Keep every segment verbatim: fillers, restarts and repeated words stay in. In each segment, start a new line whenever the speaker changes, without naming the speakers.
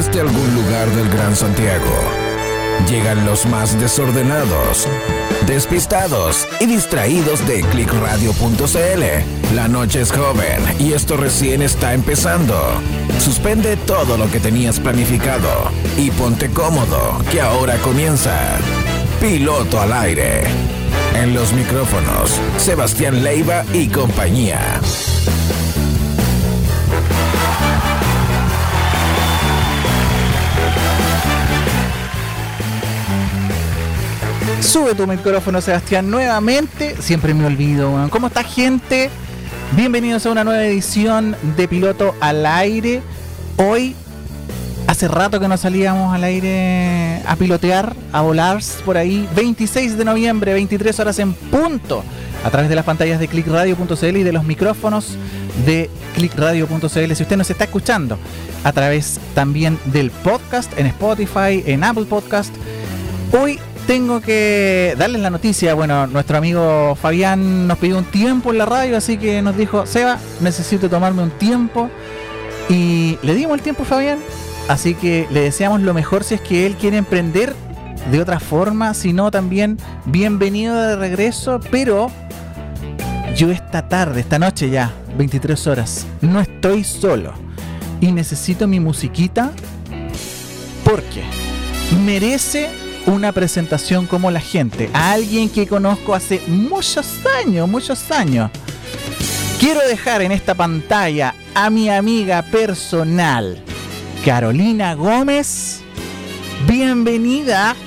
desde algún lugar del Gran Santiago, llegan los más desordenados, despistados y distraídos de click radio punto c l. La noche es joven y esto recién está empezando. Suspende todo lo que tenías planificado y ponte cómodo, que ahora comienza Piloto al Aire. En los micrófonos, Sebastián Leiva y compañía.
Sube tu micrófono, Sebastián, nuevamente. Siempre me olvido. ¿Cómo está, gente? Bienvenidos a una nueva edición de Piloto al Aire. Hoy, hace rato que no salíamos al aire a pilotear, a volar por ahí. veintiséis de noviembre, veintitrés horas en punto, a través de las pantallas de click radio punto c l y de los micrófonos de click radio punto c l. Si usted nos está escuchando a través también del podcast en Spotify, en Apple Podcast. Hoy tengo que darles la noticia. Bueno, nuestro amigo Fabián nos pidió un tiempo en la radio, así que nos dijo: Seba, necesito tomarme un tiempo. Y le dimos el tiempo a Fabián, así que le deseamos lo mejor si es que él quiere emprender de otra forma. Si no, también bienvenido de regreso. Pero yo esta tarde, esta noche ya, veintitrés horas, no estoy solo y necesito mi musiquita, porque merece una presentación como la gente, a alguien que conozco hace muchos años, muchos años. Quiero dejar en esta pantalla a mi amiga personal, Carolina Gómez. Bienvenida.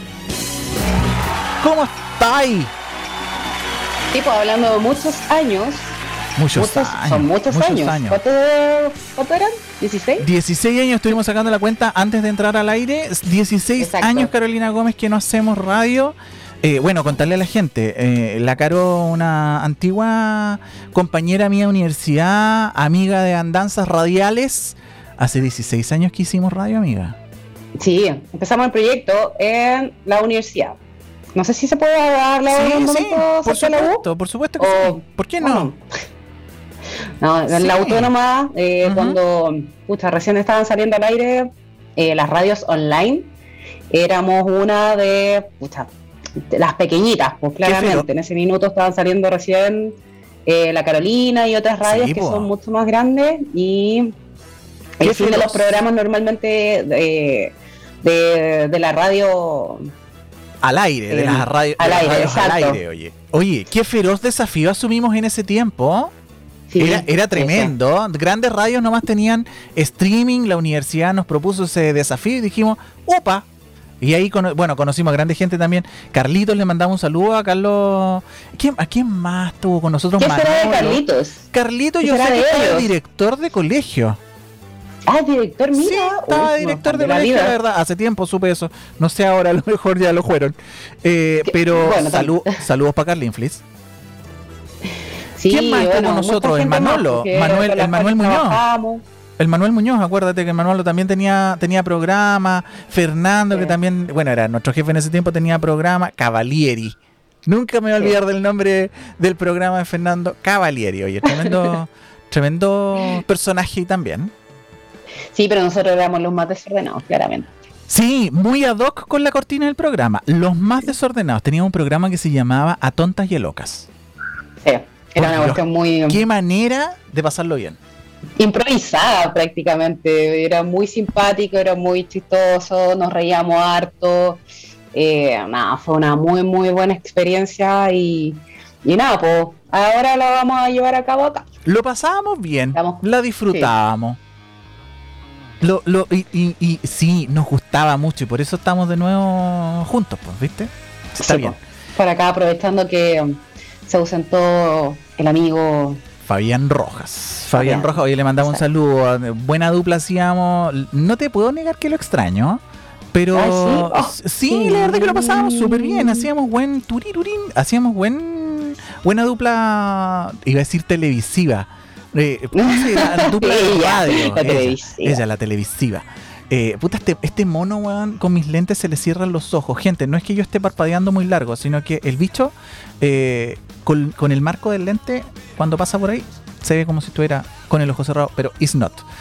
¿Cómo estáis?
Tipo, hablando de muchos años.
Muchos,
muchos
años.
Son muchos, muchos años. años. ¿Cuánto, ¿Cuánto eran? ¿dieciséis?
dieciséis años estuvimos sacando la cuenta antes de entrar al aire. dieciséis Exacto. años, Carolina Gómez, que no hacemos radio. Eh, bueno, contarle a la gente. Eh, la Caro, una antigua compañera mía de universidad, amiga de andanzas radiales. Hace dieciséis años que hicimos radio, amiga.
Sí, empezamos el proyecto en la universidad. No sé si se puede hablar
sí,
un
sí,
momento
por supuesto, por supuesto que
o,
sí. ¿Por qué no?
Bueno, no, en sí. la autónoma, eh, uh-huh. cuando pucha, recién estaban saliendo al aire eh, las radios online, éramos una de, pucha, de las pequeñitas, pues claramente. En ese minuto estaban saliendo recién eh, la Carolina y otras radios sí, que po. son mucho más grandes, y el fin de los programas normalmente de, de, de la radio
al aire, de eh, las radio,
al,
de
aire,
radios al aire, oye. Oye, qué feroz desafío asumimos en ese tiempo. Sí, era, era tremendo. Sí, sí. Grandes radios nomás tenían streaming. La universidad nos propuso ese desafío y dijimos, ¡opa! Y ahí, cono- bueno, conocimos a grande gente también. Carlitos, le mandamos un saludo a Carlos. ¿Quién, ¿A quién más estuvo con nosotros?
¿Qué será de Carlitos?
Carlitos, yo sé que era director de colegio.
Ah, director, mira.
Sí, estaba Uy, director no, de, de colegio, la, la verdad. Hace tiempo supe eso. No sé ahora, a lo mejor ya lo fueron. Eh, pero bueno, salud, saludos para Carlinflis.
Sí,
¿quién más
bueno,
está con nosotros? El Manolo. Manuel, el Manuel Muñoz. Trabajamos. El Manuel Muñoz, acuérdate que el Manuel también tenía, tenía programa. Fernando, sí. que también, bueno, era nuestro jefe en ese tiempo, tenía programa. Cavalieri. Nunca me voy a olvidar sí. del nombre del programa de Fernando. Cavalieri, oye, tremendo, tremendo personaje también.
Sí, pero nosotros éramos los más desordenados, claramente.
Sí, muy ad hoc con la cortina del programa. Los más desordenados. Teníamos un programa que se llamaba A Tontas y a Locas.
Sí, era una cuestión muy...
Qué manera de pasarlo bien.
Improvisada prácticamente. Era muy simpático, era muy chistoso, nos reíamos harto. Eh, nada, fue una muy, muy buena experiencia y, y nada, pues ahora la vamos a llevar a cabo acá.
Lo pasábamos bien, Estamos, la disfrutábamos. Sí. Lo, lo, y, y, y sí, nos gustaba mucho y por eso estamos de nuevo juntos, pues, ¿viste? Está sí, bien.
Pues, por acá, aprovechando que um, se ausentó el amigo
Fabián Rojas. Fabián Rojas, hoy le mandamos un saludo. Buena dupla hacíamos. No te puedo negar que lo extraño, pero
Ay, sí, oh,
sí, sí, la verdad que lo pasábamos súper bien. Hacíamos buen turirurín, hacíamos buen buena dupla, iba a decir televisiva. Eh, la dupla de radio.
La
ella,
televisiva.
ella, la televisiva. Eh, puta, este, este mono, weón, con mis lentes se le cierran los ojos. Gente, no es que yo esté parpadeando muy largo, sino que el bicho, eh, con, con el marco del lente, cuando pasa por ahí, se ve como si estuviera con el ojo cerrado, pero it's not.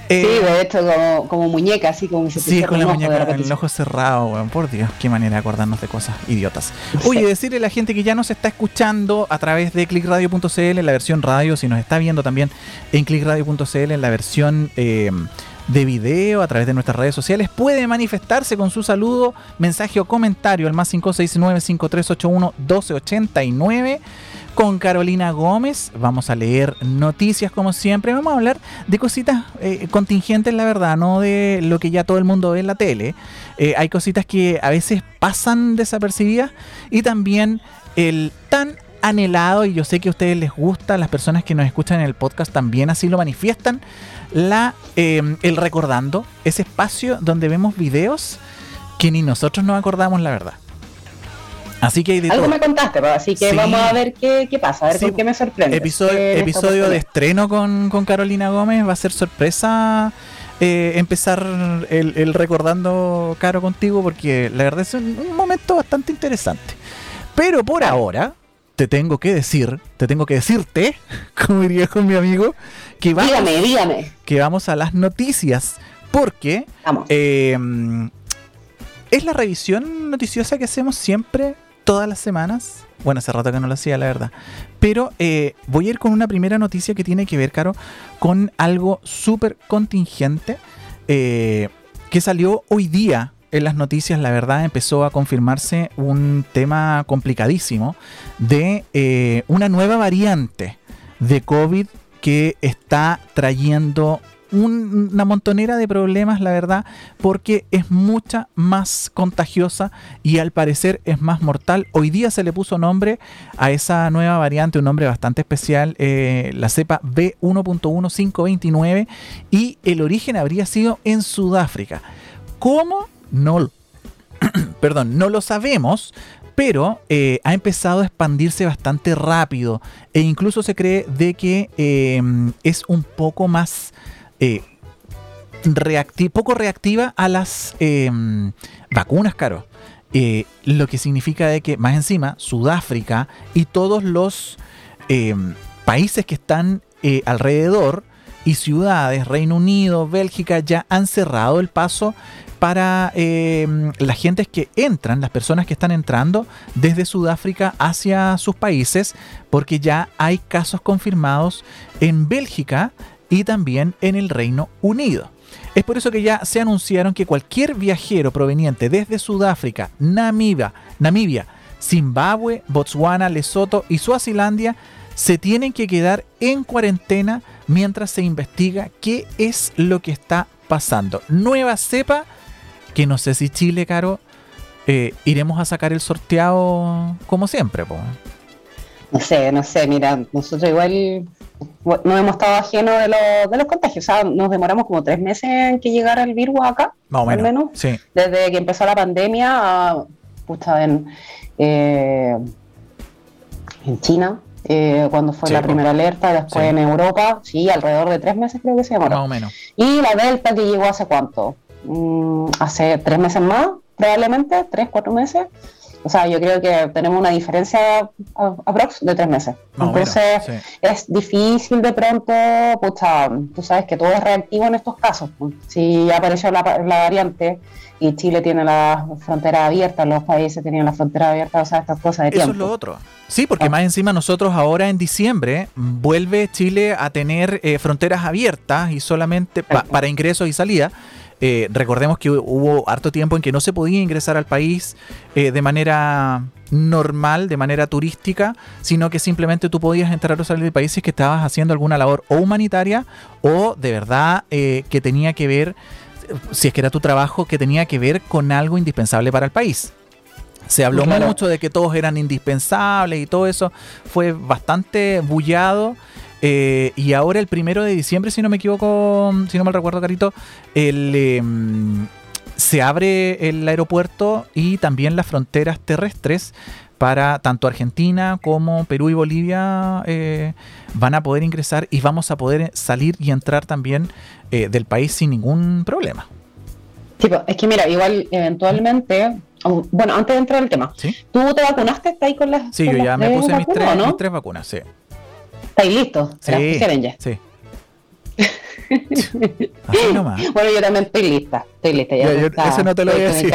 Eh, sí, de hecho, como, como muñeca, así como si
sí, con la muñeca, el ojo cerrado, bueno, por Dios, qué manera de acordarnos de cosas idiotas. Oye, sí. Decirle a la gente que ya nos está escuchando a través de click radio punto c l en la versión radio, si nos está viendo también en click radio punto c l en la versión eh, de video a través de nuestras redes sociales, puede manifestarse con su saludo, mensaje o comentario al más cinco seis nueve, cinco tres ocho uno, uno dos ocho nueve. Con Carolina Gómez vamos a leer noticias como siempre, vamos a hablar de cositas eh, contingentes, la verdad, no de lo que ya todo el mundo ve en la tele. Eh, hay cositas que a veces pasan desapercibidas y también el tan anhelado, y yo sé que a ustedes les gusta, las personas que nos escuchan en el podcast también así lo manifiestan, la eh, el recordando, ese espacio donde vemos videos que ni nosotros nos acordamos, la verdad. Así que hay de
algo
todo.
Me contaste, pues, así que sí. Vamos a ver qué, qué pasa, a ver sí. Con qué me sorprende.
Episodio, episodio de estreno con, con Carolina Gómez, va a ser sorpresa eh, empezar el, el recordando, Caro, contigo, porque la verdad es un, un momento bastante interesante. Pero por ah. ahora, te tengo que decir, te tengo que decirte, como diría con mi amigo, que vamos,
dígame, dígame.
que vamos a las noticias, porque eh, es la revisión noticiosa que hacemos siempre, todas las semanas. Bueno, hace rato que no lo hacía, la verdad. Pero eh, voy a ir con una primera noticia que tiene que ver, Caro, con algo súper contingente eh, que salió hoy día en las noticias. La verdad, empezó a confirmarse un tema complicadísimo de eh, una nueva variante de COVID que está trayendo Un, una montonera de problemas, la verdad, porque es mucha más contagiosa y al parecer es más mortal. Hoy día se le puso nombre a esa nueva variante, un nombre bastante especial, eh, la cepa B uno punto uno cinco veintinueve, y el origen habría sido en Sudáfrica. ¿Cómo? No, perdón, no lo sabemos, pero eh, ha empezado a expandirse bastante rápido e incluso se cree de que eh, es un poco más Eh, reacti- poco reactiva a las eh, vacunas, Caro. Eh, lo que significa de que, más encima, Sudáfrica y todos los eh, países que están eh, alrededor y ciudades, Reino Unido, Bélgica, ya han cerrado el paso para eh, las gentes que entran, las personas que están entrando desde Sudáfrica hacia sus países, porque ya hay casos confirmados en Bélgica y también en el Reino Unido. Es por eso que ya se anunciaron que cualquier viajero proveniente desde Sudáfrica, Namibia, Namibia, Zimbabue, Botswana, Lesoto y Suazilandia se tienen que quedar en cuarentena mientras se investiga qué es lo que está pasando. Nueva cepa que no sé si Chile, Caro, eh, iremos a sacar el sorteado como siempre, po.
No sé, no sé, mira, nosotros igual no hemos estado ajenos de, lo, de los contagios, o sea, nos demoramos como tres meses en que llegara el virus acá,
más o menos,
al menos,
sí.
Desde que empezó la pandemia, a, pucha, en, eh, en China, eh, cuando fue sí, la primera alerta, después sí. En Europa, sí, alrededor de tres meses creo que se demoró.
Más o menos.
Y la Delta que llegó hace cuánto, mm, hace tres meses más, probablemente, tres, cuatro meses. O sea, yo creo que tenemos una diferencia aprox de tres meses. No, Entonces, bueno, sí. Es difícil de pronto, pucha, tú sabes que todo es reactivo en estos casos. Si ya apareció la, la variante y Chile tiene la frontera abierta, los países tenían la frontera abierta, o sea, estas cosas de tiempo.
Eso es lo otro. Sí, porque ah. más encima nosotros ahora en diciembre vuelve Chile a tener eh, fronteras abiertas y solamente pa, para ingresos y salida. Eh, recordemos que hubo harto tiempo en que no se podía ingresar al país eh, de manera normal, de manera turística, sino que simplemente tú podías entrar o salir del país si es que estabas haciendo alguna labor o humanitaria o de verdad eh, que tenía que ver, si es que era tu trabajo, que tenía que ver con algo indispensable para el país. Se habló claro. mucho de que todos eran indispensables y todo eso fue bastante bullado. Eh, y ahora el primero de diciembre, si no me equivoco, si no mal recuerdo, Carito, el, eh, se abre el aeropuerto y también las fronteras terrestres para tanto Argentina como Perú y Bolivia eh, van a poder ingresar y vamos a poder salir y entrar también eh, del país sin ningún problema.
Sí, es que mira, igual eventualmente, bueno, antes de entrar al tema, ¿sí? ¿Tú te vacunaste? ¿Estás ahí con las
Sí,
con
yo ya
las
me puse mis
vacunas,
tres,
¿no?
mis tres vacunas, sí.
¿Estáis listos?
Sí, sí. Así nomás.
Bueno, yo también estoy lista, estoy lista. Ya,
ya yo,
está,
eso no te lo voy a decir.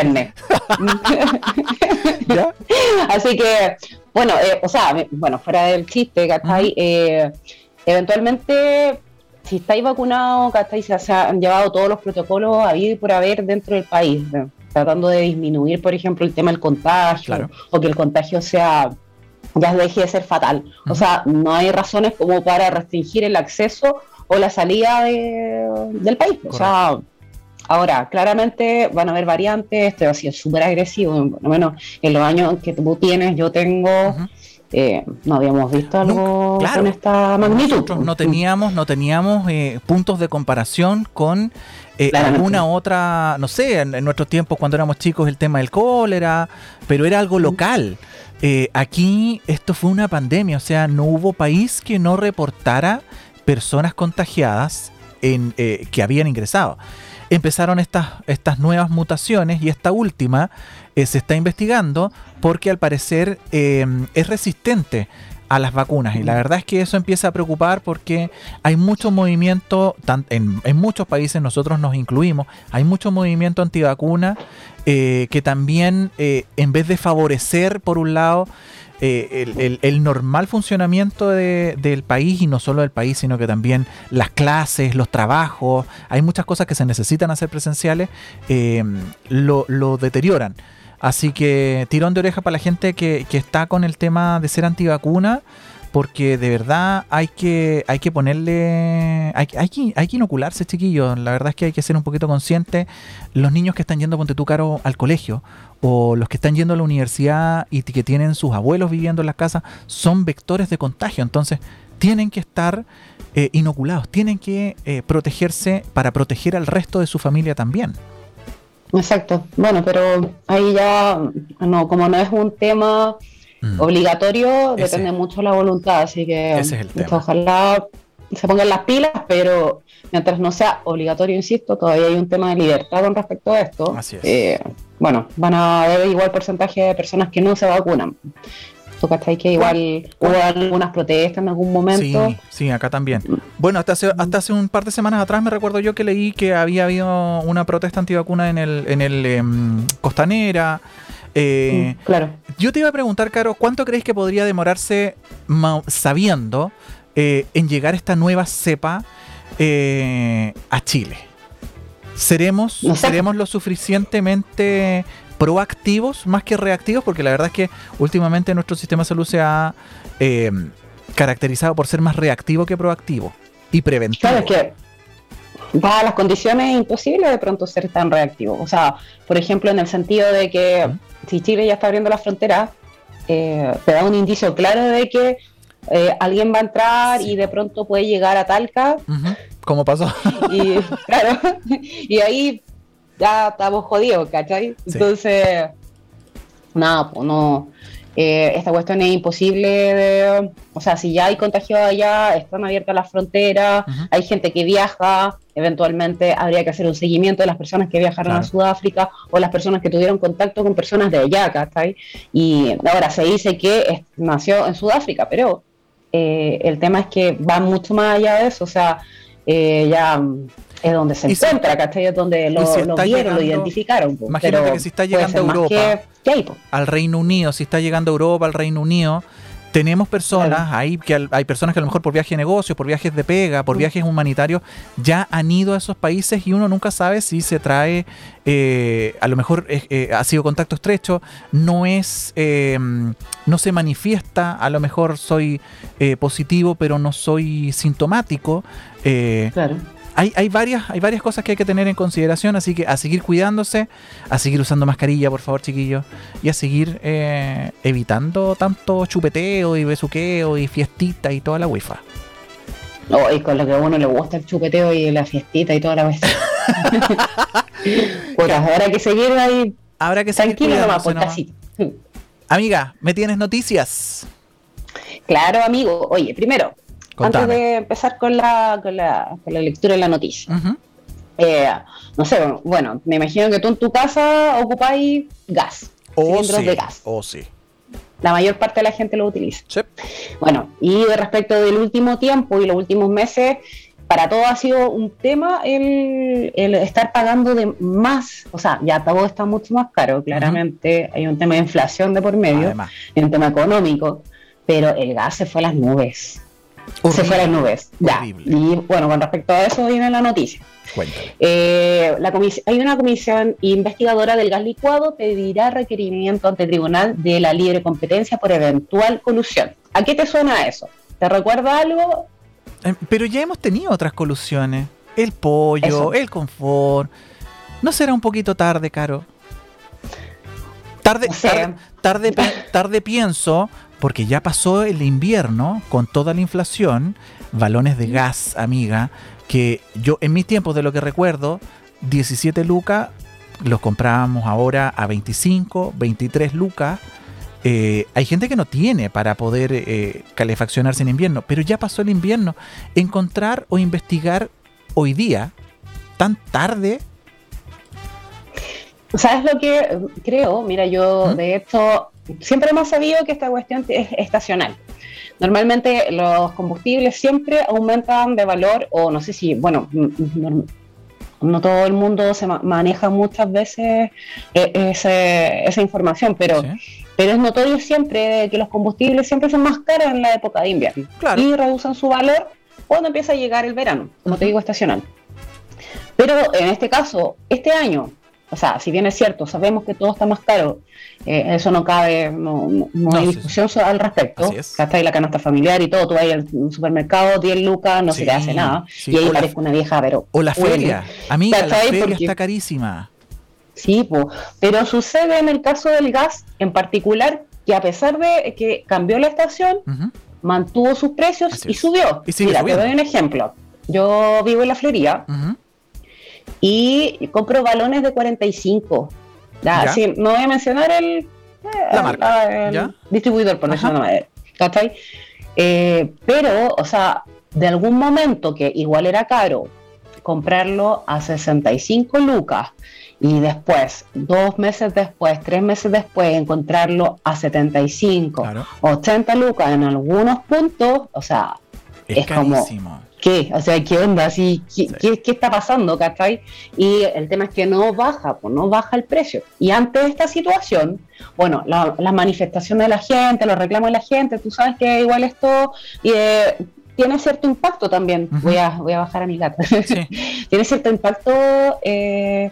¿Ya?
Así que, bueno, eh, o sea, bueno, fuera del chiste, ¿cachai? Uh-huh. Eh, eventualmente, si estáis vacunados, ¿cachai? Se, se han llevado todos los protocolos habido y por haber dentro del país, ¿no? Tratando de disminuir, por ejemplo, el tema del contagio, claro. O que el contagio sea, ya deje de ser fatal. Uh-huh. O sea, no hay razones como para restringir el acceso o la salida de, del país. Correcto. O sea, ahora, claramente van a haber variantes, esto ha sido súper agresivo, por lo menos en los años que tú tienes, yo tengo... Uh-huh. Eh, no habíamos visto algo no, claro. con esta magnitud.
Nosotros no teníamos, no teníamos eh, puntos de comparación con eh, alguna otra, no sé, en, en nuestros tiempos cuando éramos chicos el tema del cólera, pero era algo local. Eh, aquí esto fue una pandemia, o sea, no hubo país que no reportara personas contagiadas en, eh, que habían ingresado. Empezaron estas, estas nuevas mutaciones y esta última eh, se está investigando porque al parecer eh, es resistente a las vacunas y la verdad es que eso empieza a preocupar porque hay mucho movimiento, en, en muchos países nosotros nos incluimos, hay mucho movimiento antivacuna eh, que también eh, en vez de favorecer por un lado Eh, el, el, el normal funcionamiento de, del país y no solo del país, sino que también las clases, los trabajos, hay muchas cosas que se necesitan hacer presenciales, eh, lo, lo deterioran. Así que tirón de oreja para la gente que, que está con el tema de ser antivacuna, porque de verdad hay que hay que ponerle hay, hay, que, hay que inocularse, chiquillos. La verdad es que hay que ser un poquito conscientes. Los niños que están yendo, ponte tú, Caro, al colegio, o los que están yendo a la universidad y que tienen sus abuelos viviendo en las casas, son vectores de contagio. Entonces tienen que estar eh, inoculados, tienen que eh, protegerse para proteger al resto de su familia también.
Exacto. Bueno, pero ahí ya, no, como no es un tema mm. obligatorio, ese, depende mucho de la voluntad, así que
ese es el tema.
Ojalá se pongan las pilas, pero mientras no sea obligatorio, insisto, todavía hay un tema de libertad con respecto a esto.
Así es.
Eh, bueno, van a haber igual porcentaje de personas que no se vacunan. ¿Tú cachai que igual hubo algunas protestas en algún momento?
Sí, sí, acá también. Bueno, hasta hace, hasta hace un par de semanas atrás me recuerdo yo que leí que había habido una protesta antivacuna en el, en el eh, Costanera. Eh,
mm, claro.
Yo te iba a preguntar, Caro, ¿cuánto crees que podría demorarse ma- sabiendo eh, en llegar esta nueva cepa eh, a Chile? ¿Seremos, no sé. ¿Seremos lo suficientemente proactivos más que reactivos? Porque la verdad es que últimamente nuestro sistema de salud se ha eh, caracterizado por ser más reactivo que proactivo y preventivo.
Claro, es que dadas las condiciones es imposible de pronto ser tan reactivo. O sea, por ejemplo, en el sentido de que ¿Mm? si Chile ya está abriendo las fronteras, eh, te da un indicio claro de que eh, alguien va a entrar sí. y de pronto puede llegar a Talca.
Uh-huh. ¿Cómo pasó?
Y claro, y ahí ya estamos jodidos, ¿cachai? Sí. Entonces, nada, pues no, eh, esta cuestión es imposible de, o sea, si ya hay contagiados allá, están abiertas las fronteras, uh-huh. hay gente que viaja, eventualmente habría que hacer un seguimiento de las personas que viajaron claro. a Sudáfrica o las personas que tuvieron contacto con personas de allá, ¿cachai? Y ahora se dice que es, nació en Sudáfrica, pero eh, el tema es que va mucho más allá de eso, o sea, eh, ya es donde se encuentra, si, ¿cachai? Es donde lo, si lo vieron, llegando, lo identificaron. Po,
imagínate pero que si está llegando a Europa, que, que hay, al Reino Unido, si está llegando a Europa, al Reino Unido, tenemos personas, claro. hay, que hay personas que a lo mejor por viaje de negocio, por viajes de pega, por viajes humanitarios, ya han ido a esos países y uno nunca sabe si se trae, eh, a lo mejor eh, ha sido contacto estrecho, no es, eh, no se manifiesta, a lo mejor soy eh, positivo, pero no soy sintomático. Eh,
claro.
Hay, hay, varias, hay varias cosas que hay que tener en consideración, así que a seguir cuidándose, a seguir usando mascarilla, por favor, chiquillos, y a seguir eh, evitando tanto chupeteo y besuqueo y fiestita y toda la wifa.
Oh, y con lo que a uno le gusta el chupeteo y la fiestita y toda la vez. Pues habrá que seguir ahí.
Habrá que seguir
tranquilo nomás, por casi.
Amiga, ¿me tienes noticias?
Claro, amigo. Oye, primero, Contame. Antes de empezar con la, con la, con la lectura de la noticia, uh-huh. eh, no sé, bueno, me imagino que tú en tu casa ocupáis gas,
oh,
cilindros
sí.
de gas.
Oh, sí.
La mayor parte de la gente lo utiliza.
Sí.
Bueno, y de respecto del último tiempo y los últimos meses, para todo ha sido un tema el, el estar pagando de más, o sea, ya todo está mucho más caro, claramente, uh-huh. hay un tema de inflación de por medio, Además. hay un tema económico, pero el gas se fue a las nubes. Horrible. Se fue a las nubes. Ya. Y bueno, con respecto a eso viene la noticia. Eh, la comis- hay una comisión investigadora del gas licuado pedirá requerimiento ante el Tribunal de la Libre Competencia por eventual colusión. ¿A qué te suena eso? ¿Te recuerda algo?
Eh, pero ya hemos tenido otras colusiones. El pollo, eso. El confort. ¿No será un poquito tarde, Caro? Tarde,
o sea,
tarde, tarde, tarde pienso, porque ya pasó el invierno con toda la inflación, balones de gas, amiga, que yo en mis tiempos, de lo que recuerdo, diecisiete lucas, los comprábamos ahora a veinticinco, veintitrés lucas. Eh, hay gente que no tiene para poder eh, calefaccionarse en invierno, pero ya pasó el invierno. Encontrar o investigar hoy día, tan tarde.
¿Sabes lo que creo? Mira, yo ¿Mm? de hecho siempre hemos sabido que esta cuestión es estacional. Normalmente los combustibles siempre aumentan de valor, o no sé si, bueno, no, no todo el mundo se ma- maneja muchas veces eh, ese, esa información, pero, ¿sí? pero es notorio siempre que los combustibles siempre son más caros en la época de invierno. Claro. Y reducen su valor cuando empieza a llegar el verano, como uh-huh. te digo, estacional. Pero en este caso, este año, o sea, si bien es cierto, sabemos que todo está más caro, eh, eso no cabe, no, no, no, no hay sí, discusión sí. al respecto. Acá está ahí la canasta familiar y todo, tú vas al supermercado, diez lucas, no sí, se te hace nada. Sí. Y ahí parece una vieja, pero...
O la feria, amiga, la feria porque, está carísima.
Sí, pues, pero sucede en el caso del gas en particular, que a pesar de que cambió la estación, uh-huh. mantuvo sus precios Así y es. subió. Y Mira, subiendo. Te doy un ejemplo. Yo vivo en la Florida, uh-huh. y compro balones de cuarenta y cinco. Ya, ¿Ya? Sí, no voy a mencionar el, eh,
la marca.
el, el
¿Ya?
distribuidor, por decirlo de una manera. ¿Cachai? Eh, pero, o sea, de algún momento que igual era caro comprarlo a sesenta y cinco lucas y después, dos meses después, tres meses después, encontrarlo a setenta y cinco, claro. ochenta lucas en algunos puntos, o sea,
es,
es
carísimo.
Como... ¿Qué? O sea, ¿qué onda? ¿Sí? ¿Qué, sí. ¿qué, ¿Qué está pasando? ¿Cachai? Y el tema es que no baja, pues no baja el precio. Y ante esta situación, bueno, la, la manifestación de la gente, los reclamos de la gente, tú sabes que igual esto eh, tiene cierto impacto también. Uh-huh. Voy a voy a bajar a mi gata. Sí. Tiene cierto impacto eh,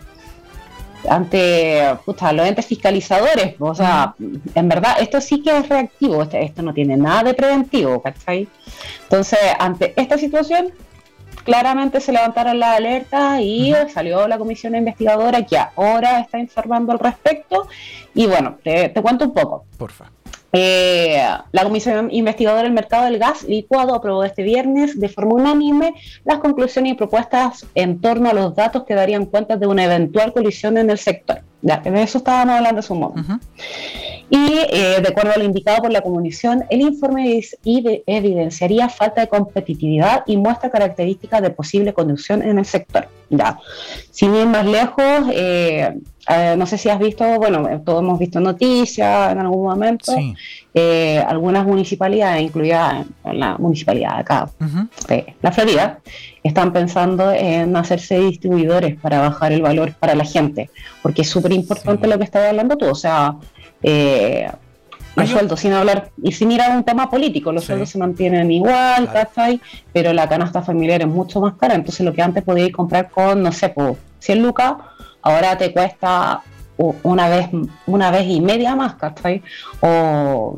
ante puta, los entes fiscalizadores. O sea, uh-huh. en verdad, esto sí que es reactivo. Esto, esto no tiene nada de preventivo, ¿cachai? Entonces, ante esta situación, claramente se levantaron las alertas y uh-huh. salió la comisión investigadora que ahora está informando al respecto. Y bueno, te, te cuento un poco.
Porfa.
Eh, la comisión investigadora del mercado del gas licuado aprobó este viernes de forma unánime las conclusiones y propuestas en torno a los datos que darían cuenta de una eventual colisión en el sector. Ya, de eso estábamos hablando hace un momento. Uh-huh. Y eh, de acuerdo a lo indicado por la comisión, el informe evidenciaría falta de competitividad y muestra características de posible conducción en el sector. Ya, sin ir más lejos, eh, eh, no sé si has visto, bueno, todos hemos visto noticias en algún momento, sí. eh, algunas municipalidades, incluida la municipalidad de acá, uh-huh. de la Florida, están pensando en hacerse distribuidores para bajar el valor para la gente, porque es súper importante sí. lo que estás hablando tú, o sea, eh, los Ay, sueldos, sin hablar y sin ir a un tema político, los sí. sueldos se mantienen igual, claro. ¿cachai? Pero la canasta familiar es mucho más cara, entonces lo que antes podías comprar con, no sé, por cien lucas, ahora te cuesta una vez una vez y media más, ¿cachai? O...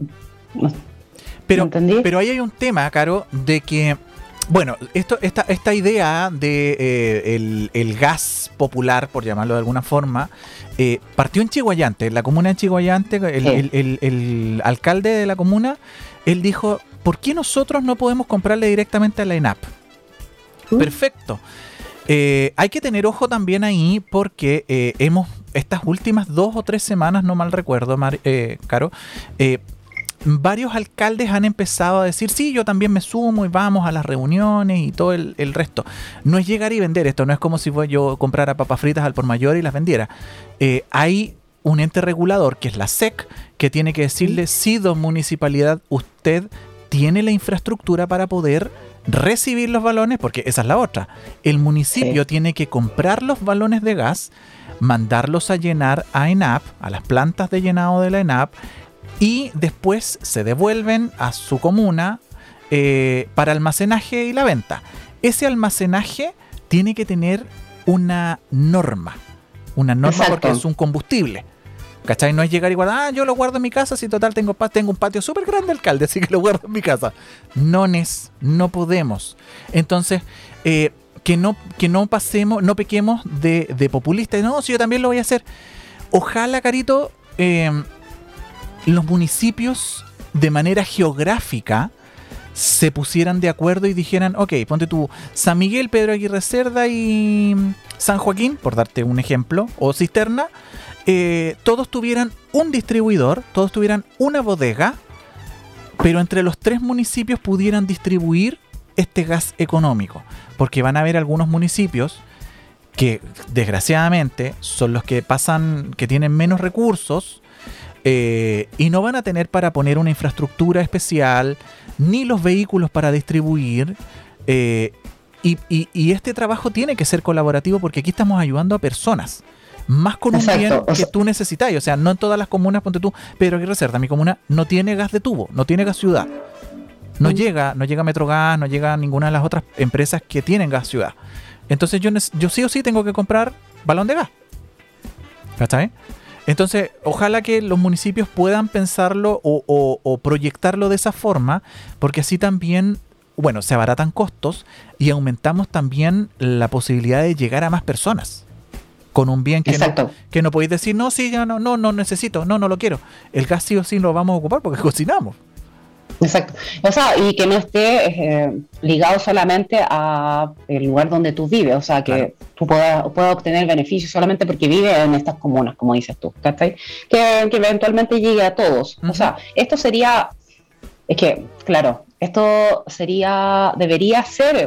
Pero, pero ahí hay un tema, Caro, de que bueno, esto, esta, esta idea de eh, el, el gas popular, por llamarlo de alguna forma, eh, partió en Chiguayante, en la comuna de Chiguayante, el, sí. el, el, el alcalde de la comuna, él dijo, ¿por qué nosotros no podemos comprarle directamente a la ENAP? ¿Mm? Perfecto. Eh, hay que tener ojo también ahí porque eh, hemos, estas últimas dos o tres semanas, no mal recuerdo, Mar, eh, Caro, eh, varios alcaldes han empezado a decir, sí, yo también me sumo y vamos a las reuniones y todo el, el resto. No es llegar y vender esto, no es como si yo comprara papas fritas al por mayor y las vendiera. Eh, hay un ente regulador, que es la S E C, que tiene que decirle, sí, don municipalidad, usted tiene la infraestructura para poder recibir los balones, porque esa es la otra. El municipio sí. tiene que comprar los balones de gas, mandarlos a llenar a ENAP, a las plantas de llenado de la ENAP, y después se devuelven a su comuna eh, para almacenaje y la venta. Ese almacenaje tiene que tener una norma, una norma Exacto. porque es un combustible. ¿Cachai? No es llegar y guardar, ah, yo lo guardo en mi casa, si total tengo, tengo un patio súper grande, alcalde, así que lo guardo en mi casa. No, Nes, no podemos. Entonces, eh, que no que no pasemos, no pequemos de, de populistas. No, si yo también lo voy a hacer. Ojalá, Carito, eh, los municipios de manera geográfica se pusieran de acuerdo y dijeran, ok, ponte tú San Miguel, Pedro Aguirre Cerda y San Joaquín, por darte un ejemplo, o Cisterna, eh, todos tuvieran un distribuidor, todos tuvieran una bodega, pero entre los tres municipios pudieran distribuir este gas económico, porque van a haber algunos municipios que desgraciadamente son los que pasan, que tienen menos recursos, eh, y no van a tener para poner una infraestructura especial, ni los vehículos para distribuir, eh, y, y, y este trabajo tiene que ser colaborativo, porque aquí estamos ayudando a personas, más con Exacto. un bien que o sea, tú necesitas. O sea, no en todas las comunas, ponte tú, Pedro Aguirre Cerda, mi comuna no tiene gas de tubo, no tiene gas ciudad. No mm. llega, no llega Metrogas, no llega ninguna de las otras empresas que tienen gas ciudad. Entonces yo, yo sí o sí tengo que comprar balón de gas. ¿Cachai? Entonces, ojalá que los municipios puedan pensarlo o, o, o proyectarlo de esa forma, porque así también, bueno, se abaratan costos y aumentamos también la posibilidad de llegar a más personas con un bien que no, que no podéis decir, no, sí, ya no, no, no necesito, no, no lo quiero. El gas sí o sí lo vamos a ocupar porque cocinamos.
Exacto. O sea, y que no esté eh, ligado solamente a el lugar donde tú vives, o sea, que claro. tú puedas, puedas obtener beneficios solamente porque vives en estas comunas, como dices tú, ¿cachai? Que, que eventualmente llegue a todos. Uh-huh. O sea, esto sería, es que, claro, esto sería, debería ser...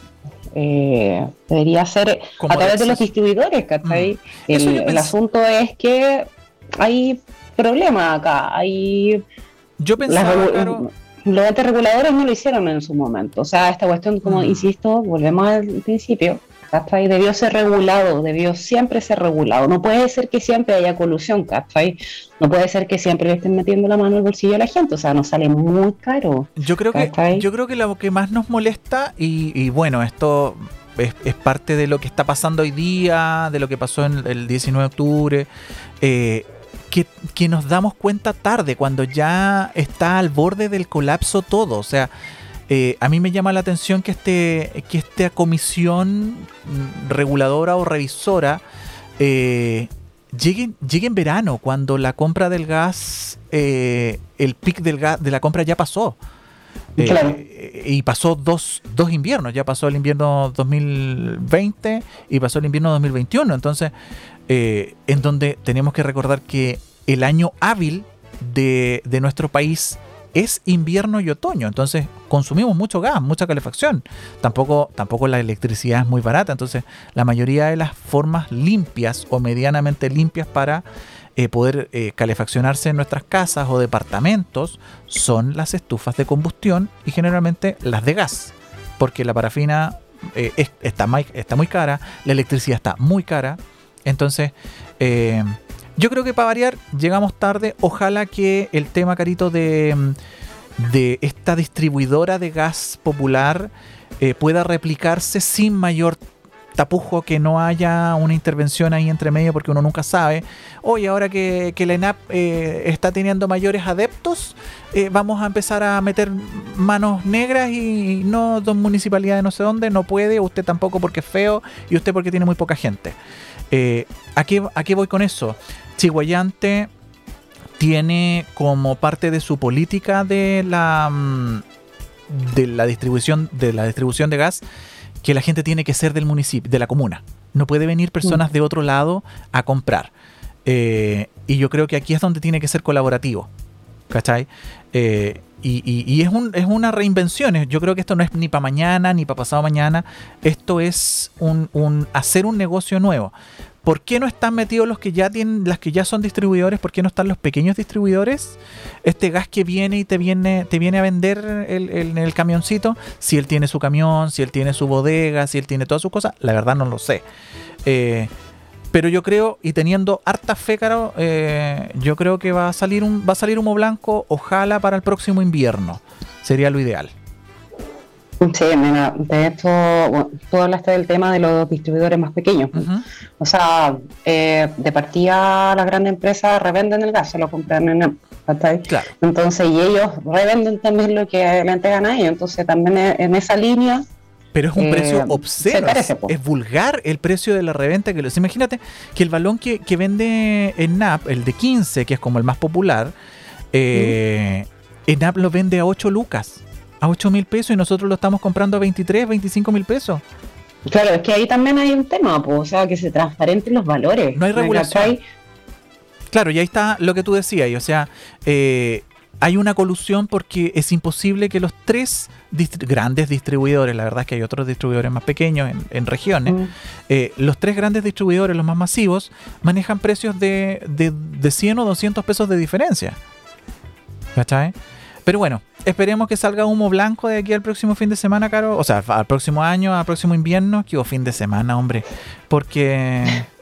Eh, debería ser a través de los distribuidores, ¿cachai? Mm. El, el asunto es que hay problemas acá, hay...
Yo pensaba,
las,
claro,
los entes reguladores no lo hicieron en su momento, o sea, esta cuestión, como mm. insisto, volvemos al principio, ¿cachai? Debió ser regulado, debió siempre ser regulado, no puede ser que siempre haya colusión, ¿cachai? No puede ser que siempre le estén metiendo la mano al bolsillo a la gente, o sea, nos sale muy caro.
Yo creo ¿cachai? que yo creo que lo que más nos molesta, y, y bueno, esto es, es parte de lo que está pasando hoy día, de lo que pasó en el diecinueve de octubre, eh, que, que nos damos cuenta tarde, cuando ya está al borde del colapso todo, o sea, Eh, a mí me llama la atención que este que esta comisión reguladora o revisora eh, llegue, llegue en verano, cuando la compra del gas, eh, el pic del gas de la compra ya pasó. Eh, claro. Y pasó dos, dos inviernos, ya pasó el invierno dos mil veinte y pasó el invierno dos mil veintiuno. Entonces, eh, en donde tenemos que recordar que el año hábil de, de nuestro país es invierno y otoño, entonces consumimos mucho gas, mucha calefacción. Tampoco, tampoco la electricidad es muy barata, entonces la mayoría de las formas limpias o medianamente limpias para eh, poder eh, calefaccionarse en nuestras casas o departamentos son las estufas de combustión y generalmente las de gas, porque la parafina eh, es, está, muy, está muy cara, la electricidad está muy cara, entonces... Eh, Yo creo que para variar llegamos tarde. Ojalá que el tema, Carito, de, de esta distribuidora de gas popular eh, pueda replicarse sin mayor tapujo, que no haya una intervención ahí entre medio, porque uno nunca sabe. Oye, ahora que, que la ENAP eh, está teniendo mayores adeptos, eh, vamos a empezar a meter manos negras y no, dos municipalidades no sé dónde, no puede, usted tampoco porque es feo y usted porque tiene muy poca gente. Eh, ¿a qué, ¿A qué voy con eso? Chiguayante tiene como parte de su política de la de la distribución de la distribución de gas que la gente tiene que ser del municipio, de la comuna. No puede venir personas de otro lado a comprar. Eh, y yo creo que aquí es donde tiene que ser colaborativo, ¿cachai? Eh, y, y, y es un es una reinvención. Yo creo que esto no es ni para mañana ni para pasado mañana. Esto es un, un hacer un negocio nuevo. ¿por qué no están metidos los que ya tienen, las que ya son distribuidores? ¿Por qué no están los pequeños distribuidores? Este gas que viene y te viene, te viene a vender el, el, el camioncito, si él tiene su camión, si él tiene su bodega, si él tiene todas sus cosas, la verdad no lo sé. Eh, pero yo creo, y teniendo harta fe, Caro, eh, yo creo que va a salir un, va a salir humo blanco, ojalá para el próximo invierno. Sería lo ideal.
Sí, mira, de hecho, bueno, tú hablaste del tema de los distribuidores más pequeños. Uh-huh. O sea, eh, de partida las grandes empresas revenden el gas, se lo compran en el, claro. Entonces, y ellos revenden también lo que le entregan a ellos. Entonces, también en esa línea.
Pero es un eh, precio obsceno, parece, es, es vulgar el precio de la reventa. Que los, imagínate que el balón que, que vende en N A P, el de quince, que es como el más popular, eh, uh-huh. en N A P lo vende a ocho lucas. A ocho mil pesos y nosotros lo estamos comprando a veintitrés, veinticinco mil pesos.
Claro, es que ahí también hay un tema, pues, o sea, que se transparenten los valores.
No hay regulación. Claro, y ahí está lo que tú decías, y, o sea, eh, hay una colusión porque es imposible que los tres distri- grandes distribuidores, la verdad es que hay otros distribuidores más pequeños en, en regiones, mm. eh, los tres grandes distribuidores, los más masivos, manejan precios de, de, de cien o doscientos pesos de diferencia. ¿Cachai? Pero bueno, esperemos que salga humo blanco de aquí al próximo fin de semana, Caro. O sea, al próximo año, al próximo invierno. Que hubo fin de semana, hombre. Porque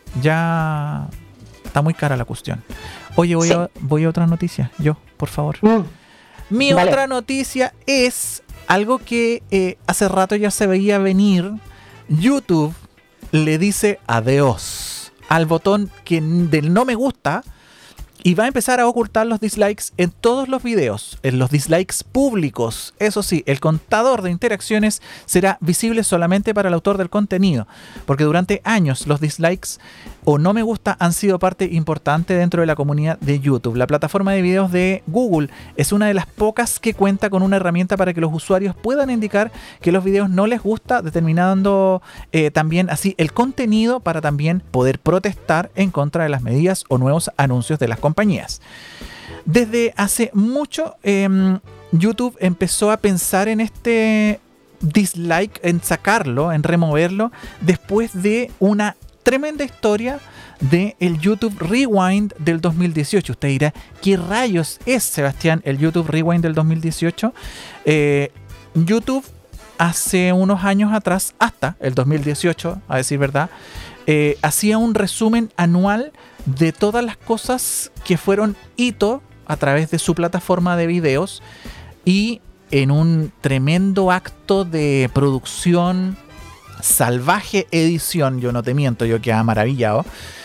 ya está muy cara la cuestión. Oye, voy, sí. a, voy a otra noticia. Yo, por favor. Mm. Mi vale. otra noticia es algo que eh, hace rato ya se veía venir. YouTube le dice adiós al botón que del no me gusta. Y va a empezar a ocultar los dislikes en todos los videos, en los dislikes públicos. Eso sí, el contador de interacciones será visible solamente para el autor del contenido, porque durante años los dislikes o no me gusta han sido parte importante dentro de la comunidad de YouTube. La plataforma de videos de Google es una de las pocas que cuenta con una herramienta para que los usuarios puedan indicar que los videos no les gusta, determinando eh, también así el contenido para también poder protestar en contra de las medidas o nuevos anuncios de las compañías. Desde hace mucho eh, YouTube empezó a pensar en este dislike, en sacarlo, en removerlo, después de una tremenda historia de el YouTube Rewind del dos mil dieciocho. Usted dirá, ¿qué rayos es, Sebastián, el YouTube Rewind del dos mil dieciocho? Eh, YouTube hace unos años atrás, hasta el dos mil dieciocho, a decir verdad, eh, hacía un resumen anual de todas las cosas que fueron hito a través de su plataforma de videos, y en un tremendo acto de producción, salvaje edición, yo no te miento, yo quedaba maravillado.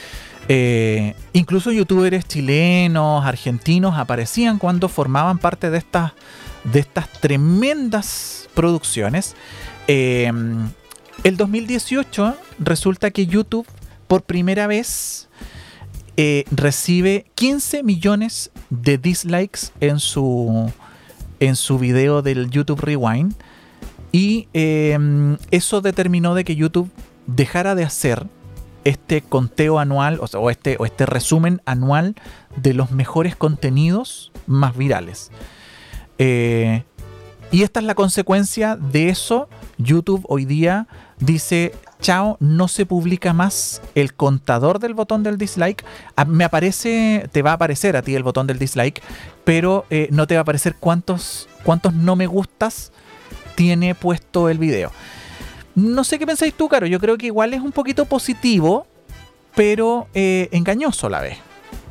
Eh, incluso youtubers chilenos, argentinos aparecían cuando formaban parte de estas, de estas tremendas producciones. Eh, el dos mil dieciocho resulta que YouTube por primera vez eh, recibe quince millones de dislikes en su, en su video del YouTube Rewind. Y eh, eso determinó de que YouTube dejara de hacer este conteo anual, o, sea, o, este, o este resumen anual de los mejores contenidos más virales. Eh, y esta es la consecuencia de eso. YouTube hoy día dice, chao, no se publica más el contador del botón del dislike. A, me aparece, te va a aparecer a ti el botón del dislike, pero eh, no te va a aparecer cuántos, cuántos no me gustas tiene puesto el video. No sé qué pensáis tú, Caro. Yo creo que igual es un poquito positivo, pero eh, engañoso a la vez.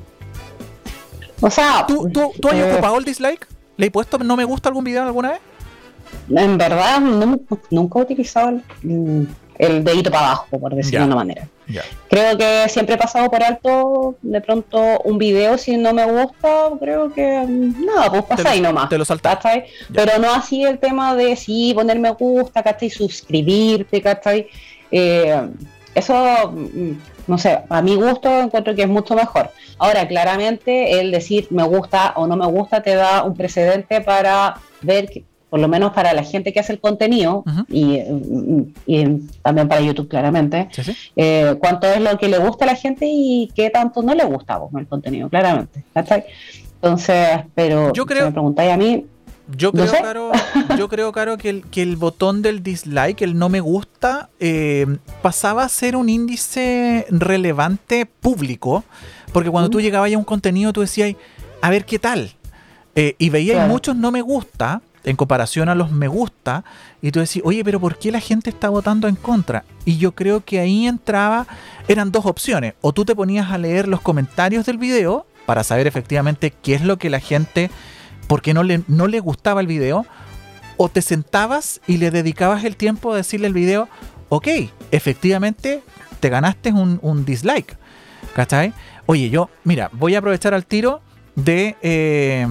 O sea,
¿Tú, tú, ¿tú has eh, ocupado el dislike? ¿Le he puesto no me gusta algún video alguna vez?
En verdad, no, nunca he utilizado el, el dedito para abajo, por decirlo yeah. de una manera. Yeah. Creo que siempre he pasado por alto de pronto un video, si no me gusta, creo que nada, pues pasa ahí nomás.
Te lo saltas.
Yeah. Pero no así el tema de sí, poner me gusta, ¿cachai? Suscribirte, ¿cachai? Eh, eso, no sé, a mi gusto encuentro que es mucho mejor. Ahora, claramente, el decir me gusta o no me gusta te da un precedente para ver que, por lo menos para la gente que hace el contenido, uh-huh. y, y también para YouTube claramente, ¿sí, sí? Eh, cuánto es lo que le gusta a la gente y qué tanto no le gusta a vos el contenido, claramente. ¿Cachai? Entonces, pero
yo creo,
si me preguntáis a mí...
Yo creo,
no sé.
Caro, yo creo, Caro, que el, que el botón del dislike, el no me gusta, eh, pasaba a ser un índice relevante público, porque cuando
Mm.
tú llegabas a un contenido, tú decías, a ver qué tal, eh, y veías
Claro.
muchos no me gusta en comparación a los me gusta, y tú decís, oye, pero ¿por qué la gente está votando en contra? Y yo creo que ahí entraba, eran dos opciones, o tú te ponías a leer los comentarios del video para saber efectivamente qué es lo que la gente... porque no le, no le gustaba el video, o te sentabas y le dedicabas el tiempo a decirle al video, ok, efectivamente te ganaste un, un dislike, ¿cachai? Oye, yo, mira, voy a aprovechar al tiro de, eh,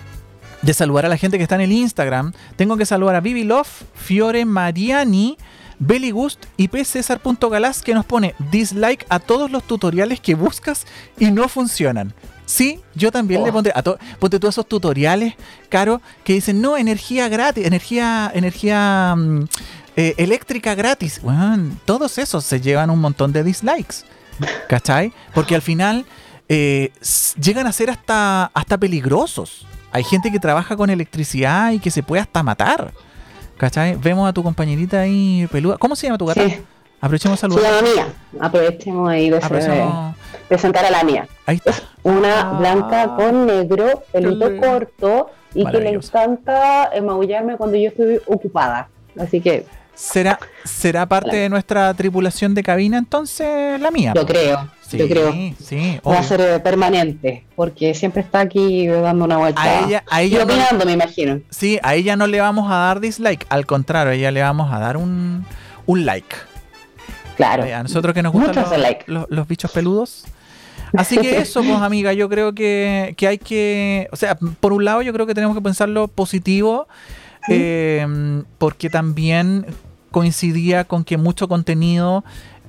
de saludar a la gente que está en el Instagram. Tengo que saludar a Vivi Love, Fiore Mariani, Belly Gust y p cesar punto galás, que nos pone dislike a todos los tutoriales que buscas y no funcionan. Sí, yo también
Oh.
le pondré a to- ponte todos esos tutoriales, Caro, que dicen, no, energía gratis, energía, energía mm, eh, eléctrica gratis. Bueno, todos esos se llevan un montón de dislikes, ¿cachai? Porque al final eh, s- llegan a ser hasta, hasta peligrosos. Hay gente que trabaja con electricidad y que se puede hasta matar, ¿cachai? Vemos a tu compañerita ahí peluda. ¿Cómo se llama tu gata?
Sí,
Aprovechemos a
se
saludar.
llama Mía. Aprovechemos ahí de
Aprovechemos-
presentar a la Mía.
Ahí está.
Una
Ah,
blanca con negro, pelito
lindo.
corto y que le
Maravilloso.
encanta eh, maullarme cuando yo estoy ocupada. Así que
¿Será, ¿Será parte de nuestra tripulación de cabina entonces la mía?
yo creo,
Sí,
yo creo.
sí,
Va a
obvio.
ser eh, permanente, porque siempre está aquí dando una vuelta.
A ella, a
y
ella no,
opinando, me imagino.
sí, a ella no le vamos a dar dislike, al contrario, a ella le vamos a dar un, un like.
Claro.
A nosotros que nos gustan
Muchos
los,
like.
los- los bichos peludos. Así que eso, pues amiga, yo creo que, que hay que, o sea, por un lado yo creo que tenemos que pensarlo positivo, eh, porque también coincidía con que mucho contenido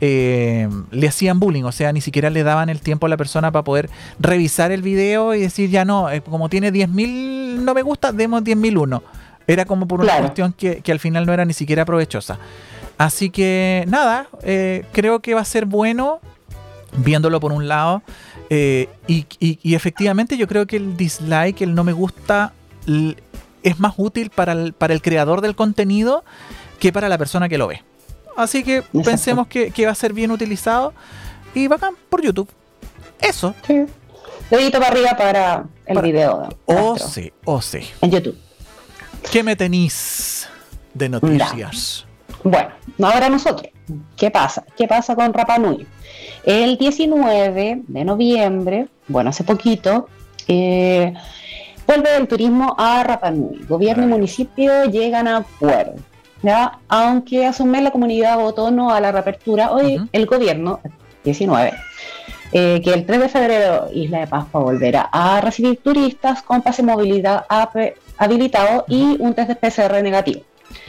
eh, le hacían bullying, o sea, ni siquiera le daban el tiempo a la persona para poder revisar el video y decir, ya no, eh, como tiene diez mil no me gusta, demos diez mil uno. Era como por una
Claro.
cuestión que, que al final no era ni siquiera provechosa. Así que nada, eh, creo que va a ser bueno viéndolo por un lado, eh, y, y- y efectivamente yo creo que el dislike, el no me gusta, l- es más útil para el, para el creador del contenido que para la persona que lo ve. Así que
Exacto.
pensemos que, que va a ser bien utilizado y bacán por YouTube. Eso.
Sí. Dedito para arriba para el
Para-
video.
Oh
nuestro
sí, oh sí.
En YouTube.
¿Qué me tenís de noticias?
Bueno, ahora nosotros. ¿Qué pasa? ¿Qué pasa con Rapa Nui? El diecinueve de noviembre, bueno, hace poquito, eh, vuelve el turismo a Rapa Nui. Gobierno y municipio llegan a acuerdo, ¿ya? Aunque hace un mes la comunidad votó no a la reapertura, hoy
Ujú.
el gobierno, diecinueve, eh, que el tres de febrero Isla de Pascua volverá a recibir turistas con pase de movilidad ap- habilitado y un test de P C R negativo.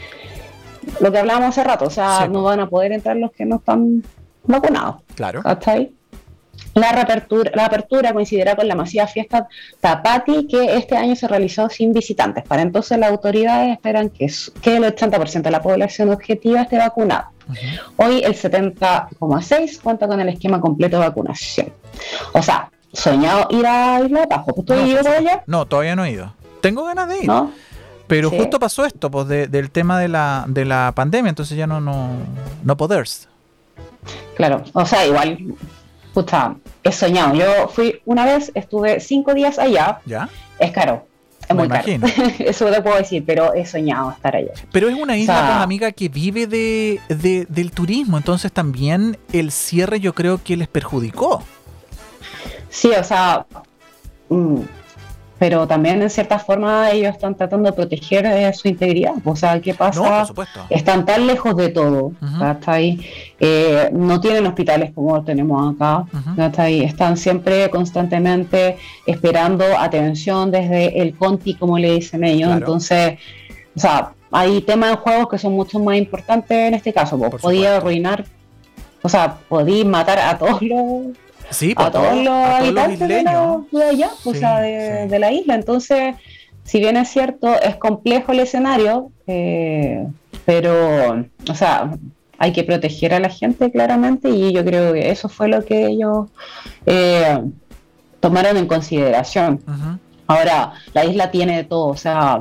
Lo que hablábamos hace rato, o sea,
Sí.
no van a poder entrar los que no están vacunados.
Claro.
¿Cachai? La reapertura, la apertura coincidirá con la masiva fiesta Tapati que este año se realizó sin visitantes. Para entonces las autoridades esperan que, s- que el ochenta por ciento de la población objetiva esté vacunada.
Ujú.
Hoy el setenta coma seis por ciento cuenta con el esquema completo de vacunación. O sea, soñado ir a Isla de Pascua. ¿Pues tú
No,
has ido
por
por allá?
No, todavía no he ido. Tengo ganas de ir.
¿No?
Pero
Sí.
justo pasó esto, pues, de- del tema de la, de la pandemia, entonces ya no, no, no poders.
Claro. O sea, igual, puta, he soñado. Yo fui una vez, estuve cinco días allá.
¿Ya?
Es caro. Es
Me
muy caro.
imagino.
Eso te puedo decir, pero he soñado estar allá.
Pero es una isla,
O sea-
pues, amiga, que vive de, de- del turismo, entonces también el cierre yo creo que les perjudicó.
Sí, o sea, mm, pero también en cierta forma ellos están tratando de proteger eh, su integridad. O sea, ¿qué pasa?
No, por supuesto.
Están tan lejos de todo,
Ujú.
¿cachai? Eh, no tienen hospitales como tenemos acá,
Ujú.
¿cachai? Están siempre constantemente esperando atención desde el conti, como le dicen ellos.
Claro.
Entonces, o sea, hay temas en juegos que son mucho más importantes en este caso. Vos
Por
podía
supuesto.
arruinar, o sea, podía matar a todos los
Sí,
a
pues,
todos los
a todos los
habitantes de, la,
isleños.
de allá, o
Sí,
sea, de,
sí.
de la isla. Entonces, si bien es cierto, es complejo el escenario, eh, pero, o sea, hay que proteger a la gente claramente y yo creo que eso fue lo que ellos eh, tomaron en consideración.
Ujú.
Ahora, la isla tiene de todo, o sea,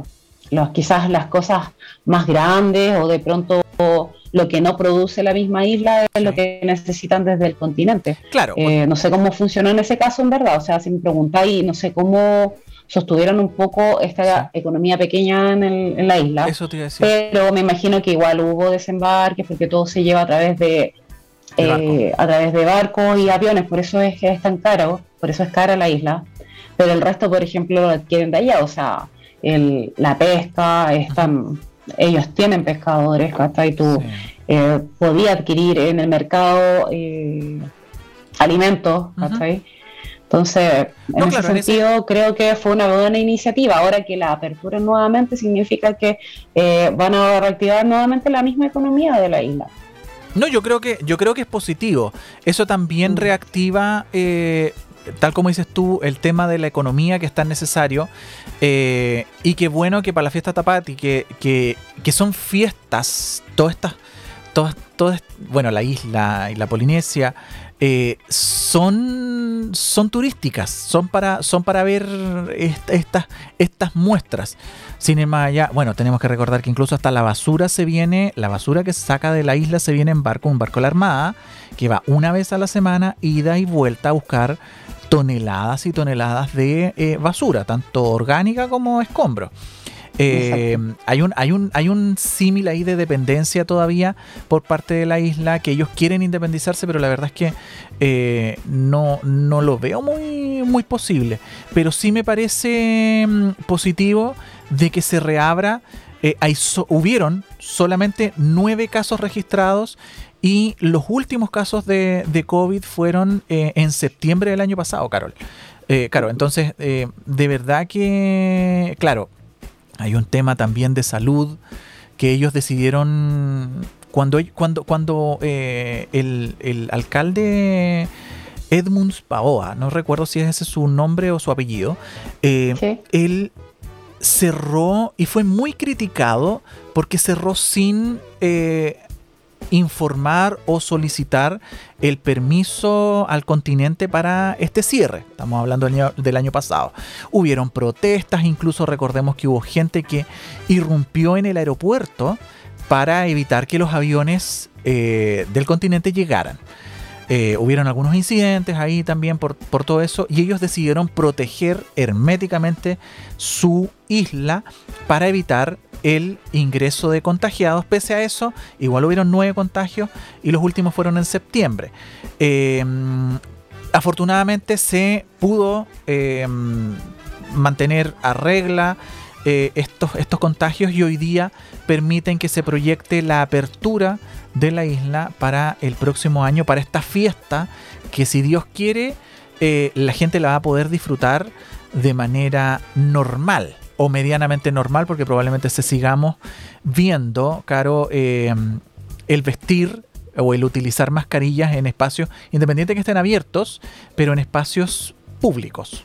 los, quizás las cosas más grandes o de pronto lo que no produce la misma isla es sí. lo que necesitan desde el continente.
Claro.
Eh, no sé cómo funcionó en ese caso, en verdad. O sea, si me preguntáis, no sé cómo sostuvieron un poco esta sí. economía pequeña en, el, en la isla.
Eso te iba a decir.
Pero me imagino que igual hubo desembarques porque todo se lleva a través de, de eh, a través de barcos y aviones. Por eso es que es tan caro, por eso es cara la isla. Pero el resto, por ejemplo, lo adquieren de allá. O sea, el, la pesca, están... Uh-huh. Ellos tienen pescadores, ¿cachai? Tú sí. eh, podías adquirir en el mercado eh, alimentos, ¿cachai? Uh-huh. Entonces, en no, ese claro, sentido, en ese... creo que fue una buena iniciativa. Ahora que la apertura nuevamente significa que eh, van a reactivar nuevamente la misma economía de la isla.
No, yo creo que yo creo que es positivo. Eso también uh-huh. reactiva... Eh, tal como dices tú, el tema de la economía que es tan necesario eh, y qué bueno que para la fiesta Tapati, que, que, que son fiestas, todas estas, todas, todas, bueno, la isla y la Polinesia eh, son, son turísticas, son para, son para ver esta, estas, estas muestras. Sin ir más allá, bueno, tenemos que recordar que incluso hasta la basura se viene, la basura que se saca de la isla se viene en barco, un barco de la Armada, que va una vez a la semana, ida y vuelta a buscar toneladas y toneladas de eh, basura, tanto orgánica como escombro. Eh, hay un hay un hay un símil ahí de dependencia todavía por parte de la isla, que ellos quieren independizarse, pero la verdad es que eh, no, no lo veo muy, muy posible. Pero sí me parece mm, positivo de que se reabra. Eh, hay so, hubieron solamente nueve casos registrados y los últimos casos de, de COVID fueron eh, en septiembre del año pasado, Carol. Eh, claro, entonces, eh, de verdad que, claro, hay un tema también de salud que ellos decidieron cuando, cuando, cuando eh, el, el alcalde Edmunds Paoa, no recuerdo si ese es su nombre o su apellido, eh, ¿sí? él cerró y fue muy criticado porque cerró sin eh, informar o solicitar el permiso al continente para este cierre. Estamos hablando del año, del año pasado. Hubieron protestas, incluso recordemos que hubo gente que irrumpió en el aeropuerto para evitar que los aviones eh, del continente llegaran. Eh, hubieron algunos incidentes ahí también por, por todo eso, y ellos decidieron proteger herméticamente su isla para evitar el ingreso de contagiados. Pese a eso, igual hubieron nueve contagios y los últimos fueron en septiembre. Eh, afortunadamente se pudo eh, mantener a regla eh, estos, estos contagios, y hoy día permiten que se proyecte la apertura de la isla para el próximo año, para esta fiesta que, si Dios quiere, eh, la gente la va a poder disfrutar de manera normal o medianamente normal, porque probablemente se sigamos viendo, Caro, eh, el vestir o el utilizar mascarillas en espacios, independiente que estén abiertos, pero en espacios públicos.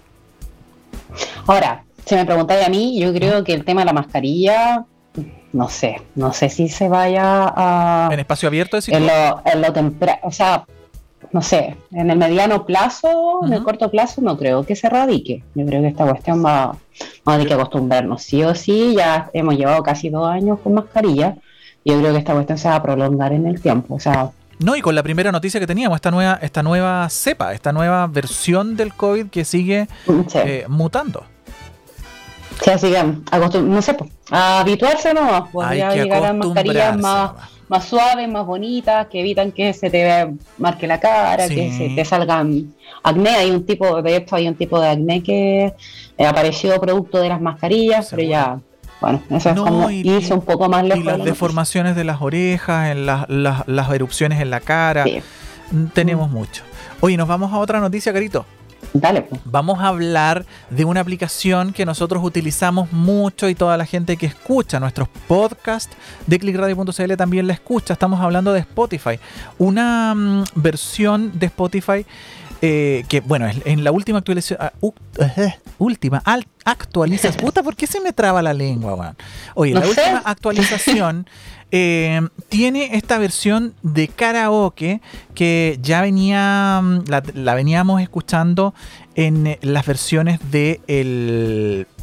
Ahora, si me preguntáis a mí, yo creo que el tema de la mascarilla, no sé, no sé si se vaya a...
¿En espacio abierto? Es
en lo, en lo temprano, o sea, no sé, en el mediano plazo, uh-huh. en el corto plazo, no creo que se radique. Yo creo que esta cuestión va, va a tener que acostumbrarnos, sí o sí. Ya hemos llevado casi dos años con mascarilla. Yo creo que esta cuestión se va a prolongar en el tiempo, o sea...
No, y con la primera noticia que teníamos, esta nueva, esta nueva cepa, esta nueva versión del COVID que sigue sí. eh, mutando.
Sí, así que acostum- no sé, pues, a habituarse no, pues ya llegarán mascarillas más, más suaves, más bonitas, que evitan que se te marque la cara, sí. que se te salgan acné. Hay un tipo, de esto hay un tipo de acné que eh, apareció producto de las mascarillas, seguro. Pero ya, bueno, eso es no, como y, irse un poco más lejos.
Y las de deformaciones de las orejas, en la, la, las erupciones en la cara, sí. tenemos mm. mucho. Oye, nos vamos a otra noticia, Carito.
Dale, pues.
Vamos a hablar de una aplicación que nosotros utilizamos mucho y toda la gente que escucha nuestros podcasts de click radio punto c l también la escucha. Estamos hablando de Spotify, una um, versión de Spotify eh, que, bueno, en la última actualización, uh, uh, uh, última al, actualización, puta, ¿por qué se me traba la lengua, man? Oye, no la sé. última actualización Eh, tiene esta versión de karaoke que ya venía la, la veníamos escuchando en las versiones de el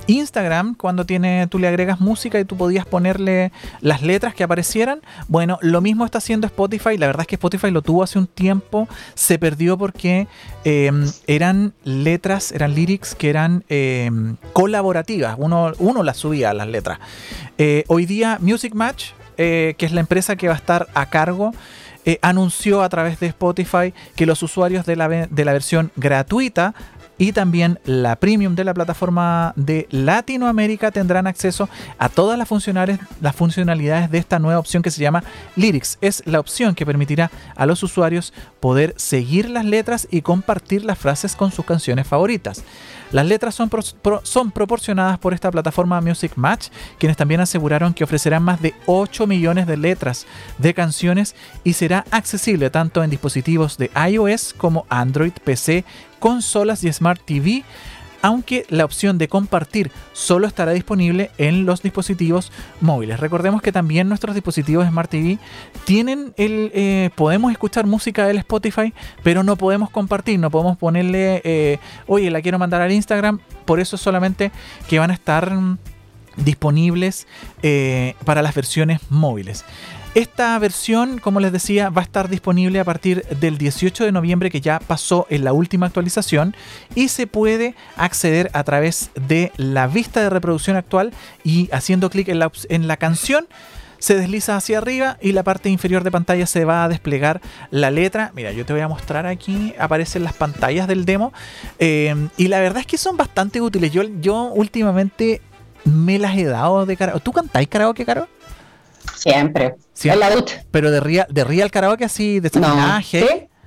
Instagram, cuando tiene, tú le agregas música y tú podías ponerle las letras que aparecieran. Bueno, lo mismo está haciendo Spotify. La verdad es que Spotify lo tuvo hace un tiempo, se perdió porque eh, eran letras, eran lyrics que eran eh, colaborativas. Uno, uno las subía, las letras. Eh, hoy día Music Match, eh, que es la empresa que va a estar a cargo, eh, anunció a través de Spotify que los usuarios de la, de la versión gratuita y también la premium de la plataforma de Latinoamérica tendrán acceso a todas las funcionalidades, las funcionalidades de esta nueva opción que se llama Lyrics. Es la opción que permitirá a los usuarios poder seguir las letras y compartir las frases con sus canciones favoritas. Las letras son, pro, pro, son proporcionadas por esta plataforma Music Match, quienes también aseguraron que ofrecerán más de ocho millones de letras de canciones y será accesible tanto en dispositivos de iOS como Android, P C, consolas y Smart T V, aunque la opción de compartir solo estará disponible en los dispositivos móviles. Recordemos que también nuestros dispositivos Smart T V tienen el... Eh, podemos escuchar música del Spotify, pero no podemos compartir, no podemos ponerle, eh, oye, la quiero mandar al Instagram, por eso solamente que van a estar mm, disponibles eh, para las versiones móviles. Esta versión, como les decía, va a estar disponible a partir del dieciocho de noviembre, que ya pasó en la última actualización, y se puede acceder a través de la vista de reproducción actual y haciendo clic en la, en la canción se desliza hacia arriba y la parte inferior de pantalla se va a desplegar la letra. Mira, yo te voy a mostrar aquí, aparecen las pantallas del demo eh, y la verdad es que son bastante útiles. Yo, yo últimamente me las he dado de karaoke. ¿Tú cantáis karaoke, Caro?
Siempre.
¿Sí? En la ducha. Pero de real, de real karaoke así, de
no. ¿Sí?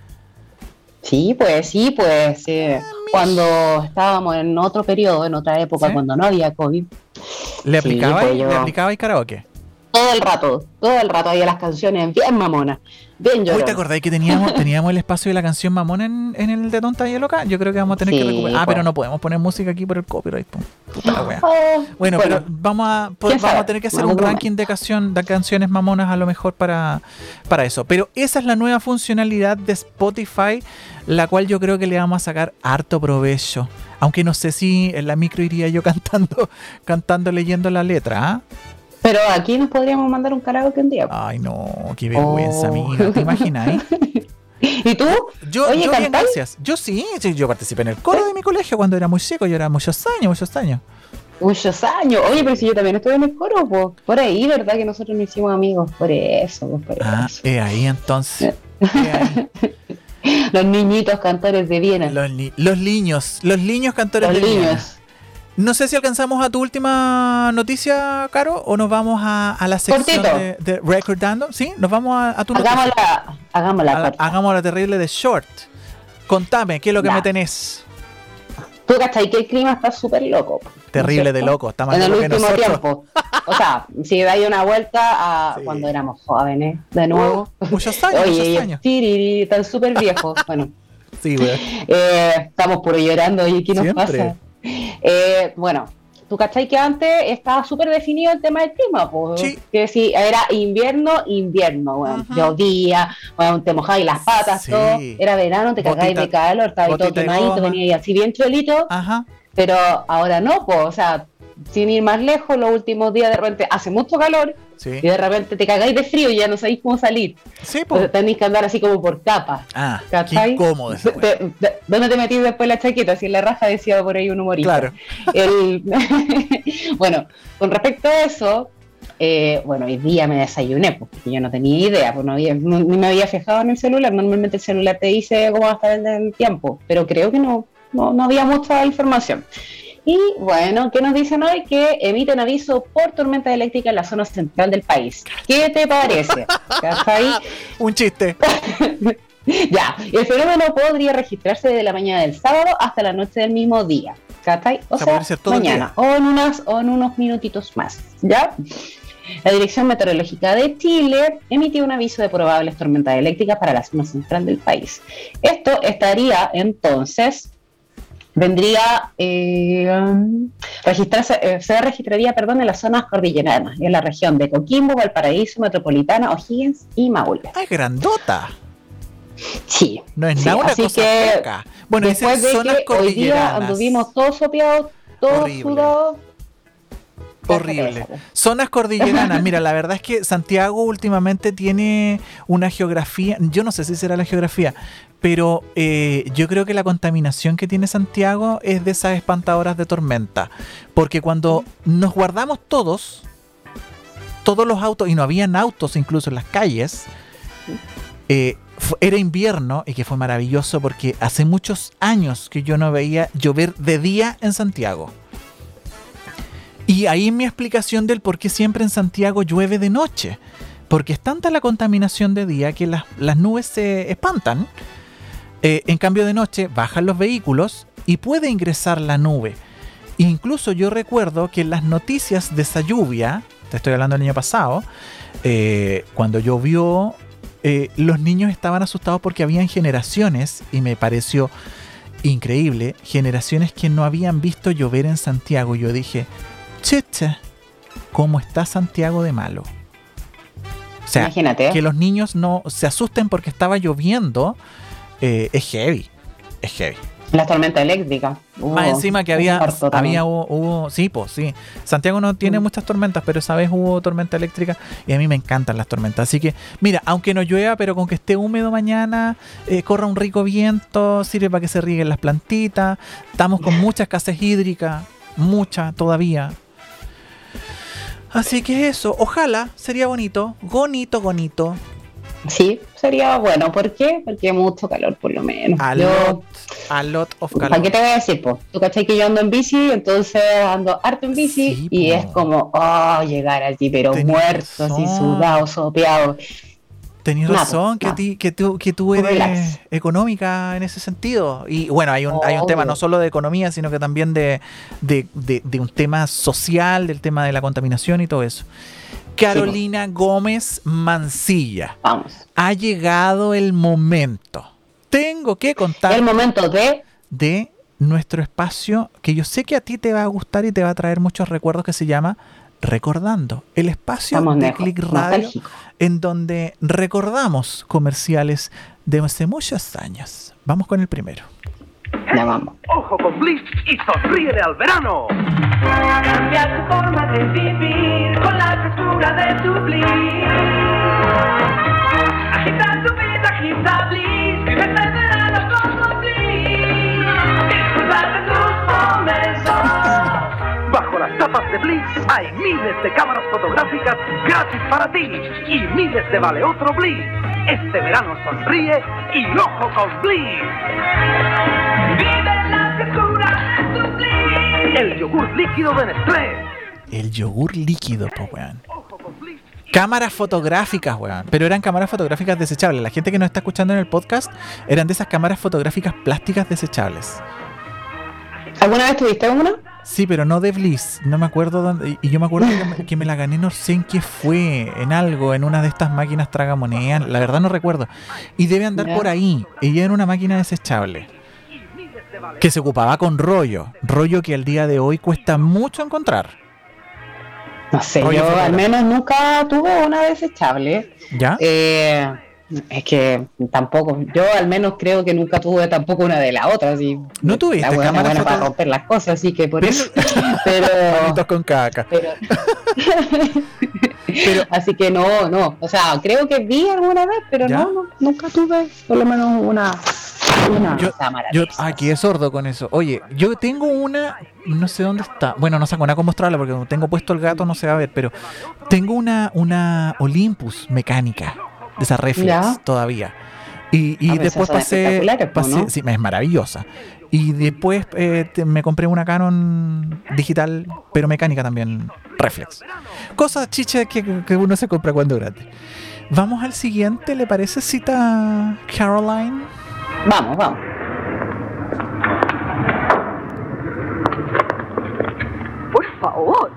Sí, pues sí, pues sí. Cuando estábamos en otro periodo, en otra época, ¿sí? Cuando no había COVID.
¿Le aplicaba
sí, pues
y,
yo...
¿le aplicaba y karaoke?
Todo el rato, todo el rato había las canciones bien mamonas, bien lloronas.
¿Uy, te acordáis que teníamos, teníamos el espacio de la canción mamona en, en el de Tonta y Loca? Yo creo que vamos a tener sí, que recuperar. Ah, pues. Pero no podemos poner música aquí por el copyright. Puta la wea. Oh, bueno, bueno, pero vamos a, pues, vamos a tener que hacer un ranking de, canción, de canciones mamonas a lo mejor para, para eso. Pero esa es la nueva funcionalidad de Spotify, la cual yo creo que le vamos a sacar harto provecho. Aunque no sé si en la micro iría yo cantando, cantando leyendo la letra, ¿eh?
Pero aquí nos podríamos mandar un karaoke un día.
Ay, no, qué vergüenza, oh. amiga. ¿Te imaginas, eh?
¿Y tú?
Yo, Oye, yo bien, gracias. Yo sí, yo participé en el coro de mi colegio cuando era muy chico. Yo era muchos años, muchos años.
Muchos años. Oye, pero si yo también estuve en el coro, pues. Por ahí, ¿verdad? Que nosotros nos hicimos amigos. Por eso, pues, por
ah,
eso.
Eh, ahí entonces. eh, ahí.
Los niñitos cantores de Viena.
Los, ni- los niños, los niños cantores
los
de
niños.
Viena. No sé si alcanzamos a tu última noticia, Caro, o nos vamos a, a la sección de, de Recordando. ¿Sí? Nos vamos a, a tu
hagámosla,
noticia.
Hagámosla,
hagámosla. Hagámosla terrible de short. Contame, ¿qué es lo que nah. me tenés?
Tú, ¿cachai? Que el clima está súper loco.
Terrible ¿no de loco. Está más
en
loco
el último
que
tiempo. O sea, si dais una vuelta a sí. cuando éramos jóvenes, de nuevo.
Uh, muchos años,
Oye,
muchos años.
Tiriri, están súper viejos. Bueno.
Sí, güey.
Eh, estamos puro llorando. Oye, ¿qué nos Siempre. pasa? Eh, bueno, tú cachai que antes estaba súper definido el tema del clima, pues, sí. Que si era invierno, invierno, bueno, uh-huh. llovía, bueno, te mojabas las patas, sí. todo, era verano, te cagáis de calor, estabas todo quemadito, venías así bien cholito, uh-huh. pero ahora no, pues, o sea, sin ir más lejos, los últimos días de repente hace mucho calor, sí. y de repente te cagáis de frío y ya no sabéis cómo salir.
Sí, pues.
Tenéis que andar así como por capas.
Ah, ¿cachai? Qué incómodo eso.
¿Dónde te metís después la chaqueta? Si en la raja decía por ahí un humorista.
Claro.
El... bueno, con respecto a eso, eh, bueno, hoy día me desayuné, porque yo no tenía idea, pues no había, no, ni me había fijado en el celular. Normalmente el celular te dice cómo va a estar el, el tiempo, pero creo que no, no, no había mucha información. Y bueno, ¿qué nos dicen hoy? Que emiten aviso por tormenta eléctrica en la zona central del país. ¿Qué te parece? ¿Cachai?
Un chiste.
Ya, el fenómeno podría registrarse desde la mañana del sábado hasta la noche del mismo día. ¿Cachai? O, o sea, sea mañana, o en, unas, o en unos minutitos más. ¿Ya? La Dirección Meteorológica de Chile emitió un aviso de probables tormentas eléctricas para la zona central del país. Esto estaría entonces... vendría eh, um, registrarse, eh, se registraría perdón, en las zonas cordilleranas, en la región de Coquimbo, Valparaíso, Metropolitana, O'Higgins y Maule.
¡Ay, grandota!
Sí.
No es
sí,
nada una
así
cosa
que
fresca. Bueno,
después de
zonas
que hoy día anduvimos todos sopeados, todos sudados,
Horrible. Zonas cordilleranas. Mira, la verdad es que Santiago últimamente tiene una geografía, yo no sé si será la geografía, pero eh, yo creo que la contaminación que tiene Santiago es de esas espantadoras de tormenta. Porque cuando nos guardamos todos, todos los autos, y no habían autos incluso en las calles, eh, era invierno, y que fue maravilloso porque hace muchos años que yo no veía llover de día en Santiago. Y ahí mi explicación del por qué siempre en Santiago llueve de noche. Porque es tanta la contaminación de día que las, las nubes se espantan. Eh, en cambio de noche bajan los vehículos y puede ingresar la nube. Incluso yo recuerdo que en las noticias de esa lluvia, te estoy hablando del año pasado, eh, cuando llovió, eh, los niños estaban asustados porque habían generaciones, y me pareció increíble, generaciones que no habían visto llover en Santiago. Yo dije, cheche, ¿cómo está Santiago de malo? O sea, imagínate, que los niños no se asusten porque estaba lloviendo, eh, es heavy, es heavy.
La tormenta eléctrica.
Hubo, ah, encima que había, había hubo, hubo, sí, pues sí. Santiago no tiene mm. muchas tormentas, pero esa vez hubo tormenta eléctrica y a mí me encantan las tormentas. Así que, mira, aunque no llueva, pero con que esté húmedo mañana, eh, corra un rico viento, sirve para que se rieguen las plantitas. Estamos con mucha escasez hídrica, mucha todavía. Así que eso, ojalá, sería bonito, bonito, bonito.
Sí, sería bueno. ¿Por qué? Porque hay mucho calor, por lo menos.
A
yo,
lot, a lot of calor.
¿Para qué te voy a decir, po? Tú cachai que yo ando en bici, entonces ando harto en bici, sí, y po. Es como, oh, llegar allí, pero Tenís muerto, razón. Así sudado, sopeado.
Tenías razón, que, ti, que, tú, que tú eres relax. Económica en ese sentido. Y bueno, hay un, oh, hay un tema no solo de economía, sino que también de, de, de, de un tema social, del tema de la contaminación y todo eso. Carolina sí, Gómez Mancilla.
Vamos.
Ha llegado el momento. Tengo que contar.
El momento de...
De nuestro espacio, que yo sé que a ti te va a gustar y te va a traer muchos recuerdos, que se llama Recordando. El espacio Vamos de Click Radio, nostálgico, en donde recordamos comerciales de hace muchos años. Vamos con el primero.
Ya vamos.
Ojo con Bliss y sonríele al verano. Cambia tu forma de vivir con la frescura de tu Bliss. Agita tu vida, agita Bliss. Vive el verano como Bliss. Disfruta de tus momentos. Bajo las tapas de Bliss hay miles de cámaras fotográficas gratis para ti y miles de vale otro Bliss. Este verano sonríe y ojo con Bliss. Vive la frescura de tu Bliss. El yogur líquido de Nestlé.
El yogur líquido, po, weón. Cámaras fotográficas, weón. Pero eran cámaras fotográficas desechables. La gente que nos está escuchando en el podcast eran de esas cámaras fotográficas plásticas desechables.
¿Alguna vez tuviste una?
Sí, pero no de Bliss. No me acuerdo dónde. Y yo me acuerdo que me, que me la gané, no sé en qué fue. En algo, en una de estas máquinas tragamonedas. La verdad no recuerdo. Y debe andar ¿Ya? por ahí. Ella era una máquina desechable que se ocupaba con rollo. Rollo que al día de hoy cuesta mucho encontrar.
No sé, rollo yo fotográfico. Al menos nunca tuve una desechable.
¿Ya?
Eh... Es que tampoco, yo al menos creo que nunca tuve tampoco una de la otra, así.
No tuviste
la buena,
cámara
buena
foto...
para romper las cosas, así que por
pero...
eso. Pero.
Palitos con caca.
Pero... pero. Así que no, no. O sea, creo que vi alguna vez, pero no, no, nunca tuve por lo menos una. Una
yo, cámara. Yo, aquí es sordo con eso. Oye, yo tengo una, no sé dónde está. Bueno, no sé cómo mostrarla porque como tengo puesto el gato no se va a ver, pero tengo una, una Olympus mecánica. De esa reflex ¿Ya? todavía. Y, y después pasé, pasé ¿no? sí, es maravillosa. Y después eh, te, me compré una Canon digital, pero mecánica también, reflex. Cosas chichas que, que uno se compra cuando es grande. Vamos al siguiente, ¿le parece, cita Caroline?
Vamos, vamos.
Por favor.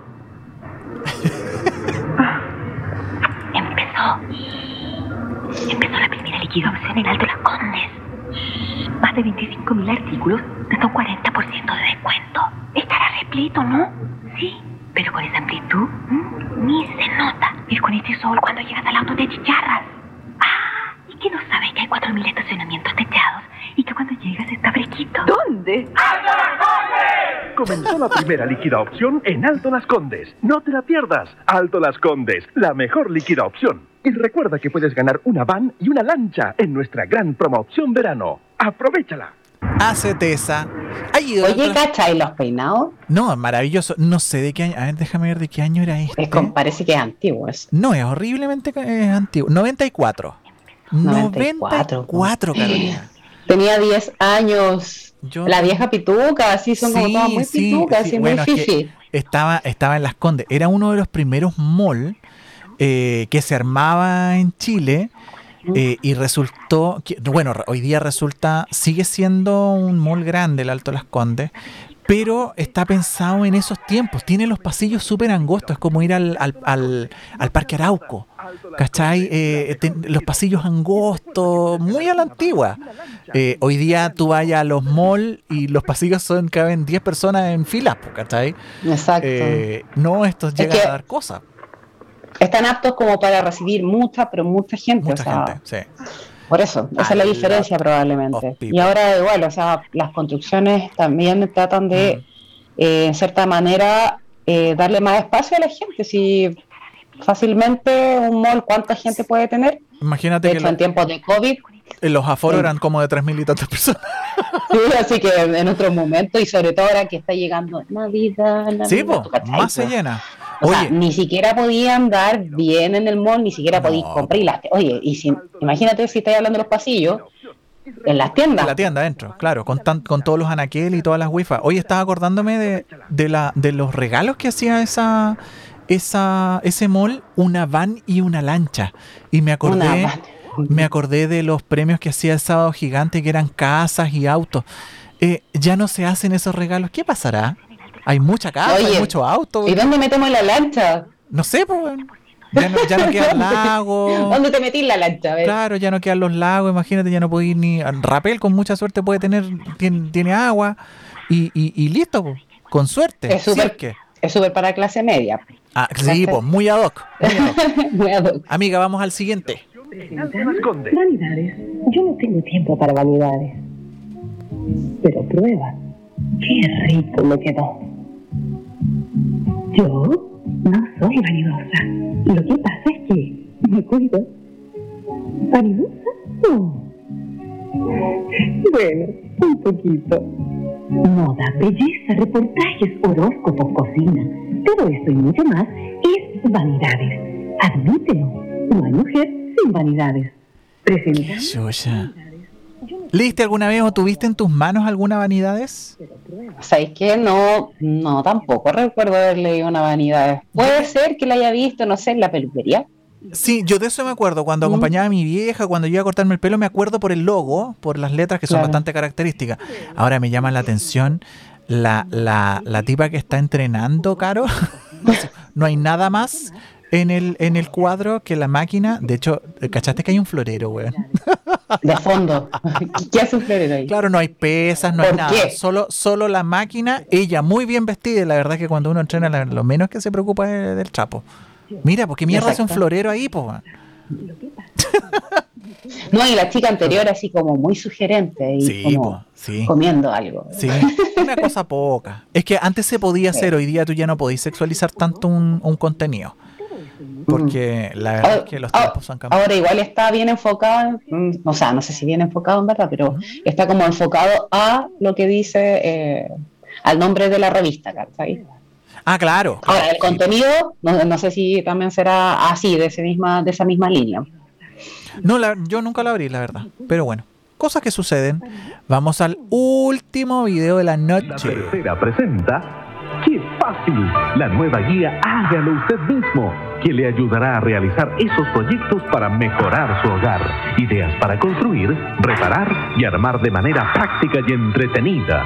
Empezó. Empezó la primera liquidación en Alto Las Condes. Más de veinticinco mil artículos hasta un cuarenta por ciento de descuento. Estará repleto, ¿no? Sí, pero con esa amplitud ¿m? Ni se nota. Es con este sol cuando llegas al auto te chicharras. Ah, ¿y que no sabes que hay cuatro mil estacionamientos techados? Y que cuando llegas está fresquito. ¿Dónde? ¡Alto Las Condes!
Comenzó la primera líquida opción en Alto Las Condes. No te la pierdas. Alto Las Condes, la mejor líquida opción. Y recuerda que puedes ganar una van y una lancha en nuestra gran promoción verano. ¡Aprovechala!
Acetesa. ¿Hay ido
Oye,
otra-
¿cachai los peinados?
No, maravilloso. No sé de qué año. A ver, déjame ver de qué año era este.
Es como, parece que es antiguo eso.
No, es horriblemente eh, antiguo. noventa y cuatro.
noventa y
noventa y
cuatro,
cuatro, Carolina.
Tenía diez años.
Yo-
La vieja pituca, así son como
Sí,
todas muy
sí,
pitucas,
sí.
así
Bueno,
muy
es que
fifi.
estaba, estaba en Las Condes. Era uno de los primeros malls eh, que se armaba en Chile. Eh, y resultó, que, bueno, hoy día resulta, sigue siendo un mall grande el Alto Las Condes, pero está pensado en esos tiempos. Tiene los pasillos súper angostos, es como ir al, al, al, al Parque Arauco, ¿cachai? Eh, ten- los pasillos angostos, muy a la antigua. Eh, hoy día tú vayas a los malls y los pasillos son, caben diez personas en filas, ¿cachai?
Exacto.
Eh, no, estos llegan
que-
a dar cosas.
Están aptos como para recibir mucha, pero mucha gente.
Mucha
o sea,
gente, sí.
Por eso, esa es la
A
diferencia
lot
probablemente.
of people.
Y ahora igual, o sea, las construcciones también tratan de,
Mm.
eh, en cierta manera, eh, darle más espacio a la gente. Si fácilmente un mall, ¿cuánta gente puede tener?
Imagínate
De
que
hecho,
lo-
en tiempos de COVID,
los aforos
Sí.
eran como de tres mil y tantas personas.
sí, así que en otros momentos, y sobre todo ahora que está llegando Navidad, Navidad,
Sí, po,
¿tú cachai,
más se
po?
llena.
O sea,
Oye,
ni siquiera podía andar bien en el mall, ni siquiera
No.
podías comprar. Y las- oye, y si, imagínate si estáis hablando de los pasillos, en las tiendas.
en la tienda adentro, claro, con tan, con todos los anaquel y todas las wifi. Hoy estaba acordándome de, de la de los regalos que hacía esa esa ese mall, una van y una lancha. Y me acordé
Una van.
me acordé de los premios que hacía el Sábado Gigante, que eran casas y autos. Eh, ya no se hacen esos regalos. ¿Qué pasará? Hay mucha casa, hay
Oye,
mucho auto.
¿Y dónde metemos la lancha?
No sé, pues. bueno. Ya no, ya no quedan lagos.
¿Dónde te metís la lancha? A ver.
Claro, ya no quedan los lagos, imagínate, ya no puede ir ni... Rapel con mucha suerte puede tener, tiene, tiene agua y, y, y listo, po, con suerte.
Es súper-
Si es que-
Es súper para clase media.
Ah, sí, pues muy ad hoc. muy ad hoc.
Muy ad hoc.
Amiga, vamos al siguiente.
En Alto Las Condes.
Vanidades. Yo no tengo tiempo para vanidades. Pero prueba. Qué rico me quedó. Yo no soy vanidosa. Lo que pasa es que me cuido. ¿Vanidosa? No. Bueno, un poquito. Moda, belleza, reportajes, horóscopos, cocina. Todo esto y mucho más es vanidades. Admítelo. No hay mujer sin vanidades. Presenta.
Xuxa. ¿Leíste alguna vez o tuviste en tus manos alguna vanidades?
¿Sabéis qué? No, no, tampoco recuerdo haber leído una vanidad. Puede ser que la haya visto, no sé, en la peluquería.
Sí, yo de eso me acuerdo. Cuando
Mm.
acompañaba a mi vieja, cuando yo iba a cortarme el pelo, me acuerdo por el logo, por las letras que son
Claro.
bastante características. Ahora me llama la atención la, la, la tipa que está entrenando, Caro. No hay nada más en el, en el cuadro que la máquina. De hecho, ¿cachaste que hay un florero, weón?
De fondo. ¿Qué hace un florero ahí?
Claro, no hay pesas, no hay
¿Por
nada.
qué?
Solo, solo la máquina, ella muy bien vestida. Y la verdad es que cuando uno entrena, la- lo menos que se preocupa es del trapo. Mira, porque mierda hace un
Exacto.
florero ahí, po, weón?
No, y la chica anterior así como muy sugerente y
Sí,
como
po, sí.
comiendo algo.
Sí, una cosa poca. Es que antes se podía hacer, hoy día tú ya no podís sexualizar tanto un, un contenido. Porque la verdad es que los
Ah,
tiempos han cambiado.
Ahora igual está bien enfocado, mm, o sea, no sé si bien enfocado en verdad, pero está como enfocado a lo que dice, eh, al nombre de la revista, ¿cachai?
Ah, claro.
Ahora, el contenido, no, no sé si también será así, de, ese misma, de esa misma línea.
No, la- yo nunca la abrí, la verdad. Pero bueno, cosas que suceden. Vamos al último video de la
La
noche.
tercera presenta ¡Qué fácil! La nueva guía Hágalo Usted Mismo, que le ayudará a realizar esos proyectos para mejorar su hogar. Ideas para construir, reparar y armar de manera práctica y entretenida.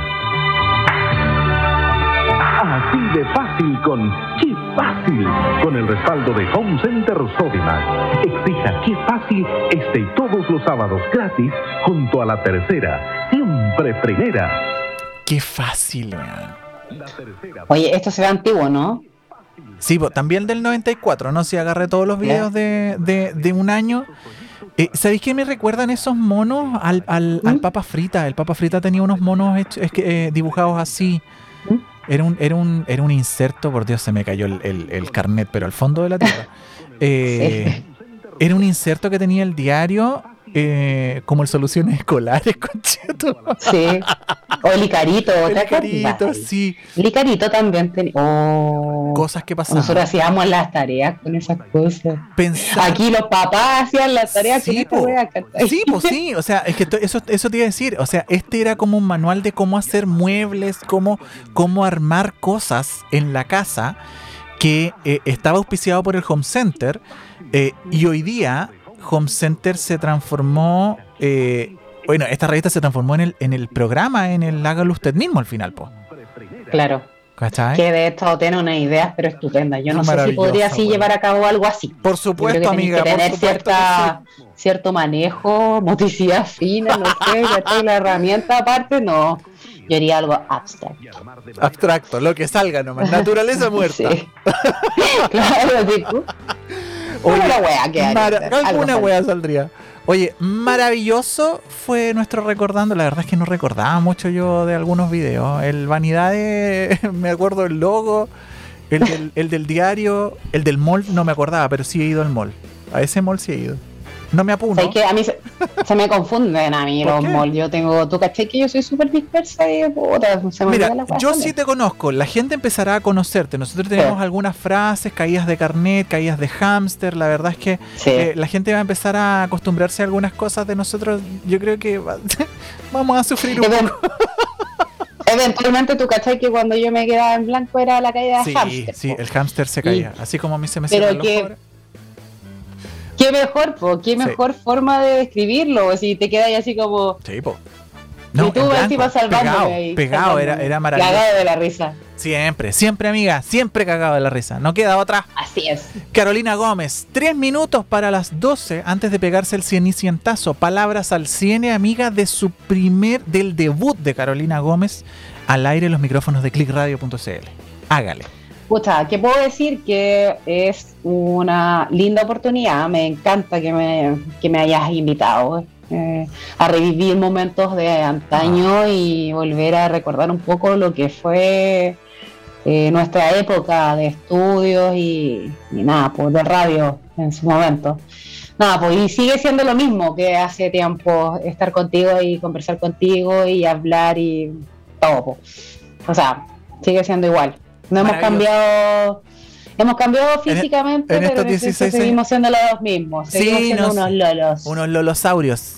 Así de fácil con ¡Qué fácil! Con el respaldo de Home Center Sodimac. Exija ¡Qué fácil! Este y todos los sábados gratis junto a la tercera, siempre primera.
Qué fácil, weón.
La tercera
Oye, esto se ve antiguo, ¿no?
Sí, po, también del noventa y cuatro, ¿no? Si agarré todos los videos de, de, de un año. Eh, ¿Sabéis qué me recuerdan esos monos al, al, al Papa Frita? El Papa Frita tenía unos monos hechos, es que, eh, dibujados así. Era un, era un, era un inserto, por Dios, se me cayó el, el, el carnet, pero al fondo de la tierra. Eh, era un inserto que tenía el diario, eh, como el Soluciones Escolares, concheto.
Sí. O el Icarito.
El Icarito, sí.
El Icarito también tenía. Oh.
Cosas que pasaban.
Nosotros hacíamos las tareas con esas cosas.
Pensar...
Aquí los papás hacían las tareas
sí,
con
po,
esta wea.
Sí, pues sí. O sea, es que eso, eso te iba a decir. O sea, este era como un manual de cómo hacer muebles, cómo, cómo armar cosas en la casa, que eh, estaba auspiciado por el Home Center. Eh, y hoy día Home Center se transformó, eh, bueno, esta revista se transformó en el, en el programa, en el hágalo usted mismo al final, po.
Claro.
¿Cachai?
Que de esto tiene unas ideas, pero estupendas. Yo no sé si podría así
bueno.
llevar a cabo algo así.
Por supuesto, amiga.
Que tener
por supuesto
cierta,
que sí.
cierto manejo, motricidad fina, no sé, ¿cachai? La herramienta aparte, no. Yo haría algo abstracto.
Abstracto, lo que salga nomás. Naturaleza muerta.
Sí. Claro, tipo.
Oye,
una wea que
mara- alguna wea saldría. Oye, maravilloso fue nuestro recordando. La verdad es que no recordaba mucho yo de algunos videos. El Vanidades, me acuerdo el logo, el del, el del diario, el del mall no me acordaba, pero sí he ido al mall. A ese mall sí he ido. No me apuno.
O sea, que a mí se, se me confunden a mí los malls. Yo tengo, tú caché que yo soy súper dispersa y puta, se me
Mira,
olvida la
yo
cosa.
sí te conozco, la gente empezará a conocerte. Nosotros tenemos
Sí.
algunas frases, caídas de carnet, caídas de hámster. La verdad es que
Sí.
eh, la gente va a empezar a acostumbrarse a algunas cosas de nosotros. Yo creo que va- vamos a sufrir un
Even-
poco.
Eventualmente tú caché que cuando yo me quedaba en blanco era la caída de
Sí,
hámster.
sí,
po.
el hámster se caía. Así como a mí se me
Pero
cierran los
que-
pobres.
Qué mejor, po, qué
Sí.
mejor forma de describirlo. Si te quedas ahí así como.
Sí, po.
y tú
en blanco,
encima salvándome
pegado,
ahí.
pegado,
salvándome.
era, era maravilloso.
Cagado de la risa.
Siempre, siempre amiga, siempre cagado de la risa. No queda otra.
Así es.
Carolina Gómez, tres minutos para las doce antes de pegarse el cien y cientazo. Palabras al cien, amiga, de su primer, del debut de Carolina Gómez al aire en los micrófonos de click radio punto c l. Hágale.
Pucha, ¿qué puedo decir? Que es una linda oportunidad. Me encanta que me, que me hayas invitado eh, a revivir momentos de antaño y volver a recordar un poco lo que fue eh, nuestra época de estudios y, y nada, pues de radio en su momento. Nada, pues y sigue siendo lo mismo que hace tiempo, estar contigo y conversar contigo y hablar y todo. Pues. O sea, sigue siendo igual. No hemos cambiado, hemos cambiado físicamente,
en estos
pero en esencia
dieciséis
seguimos siendo los mismos. Seguimos
Sí,
siendo
no
unos
sé.
lolos.
Unos lolosaurios.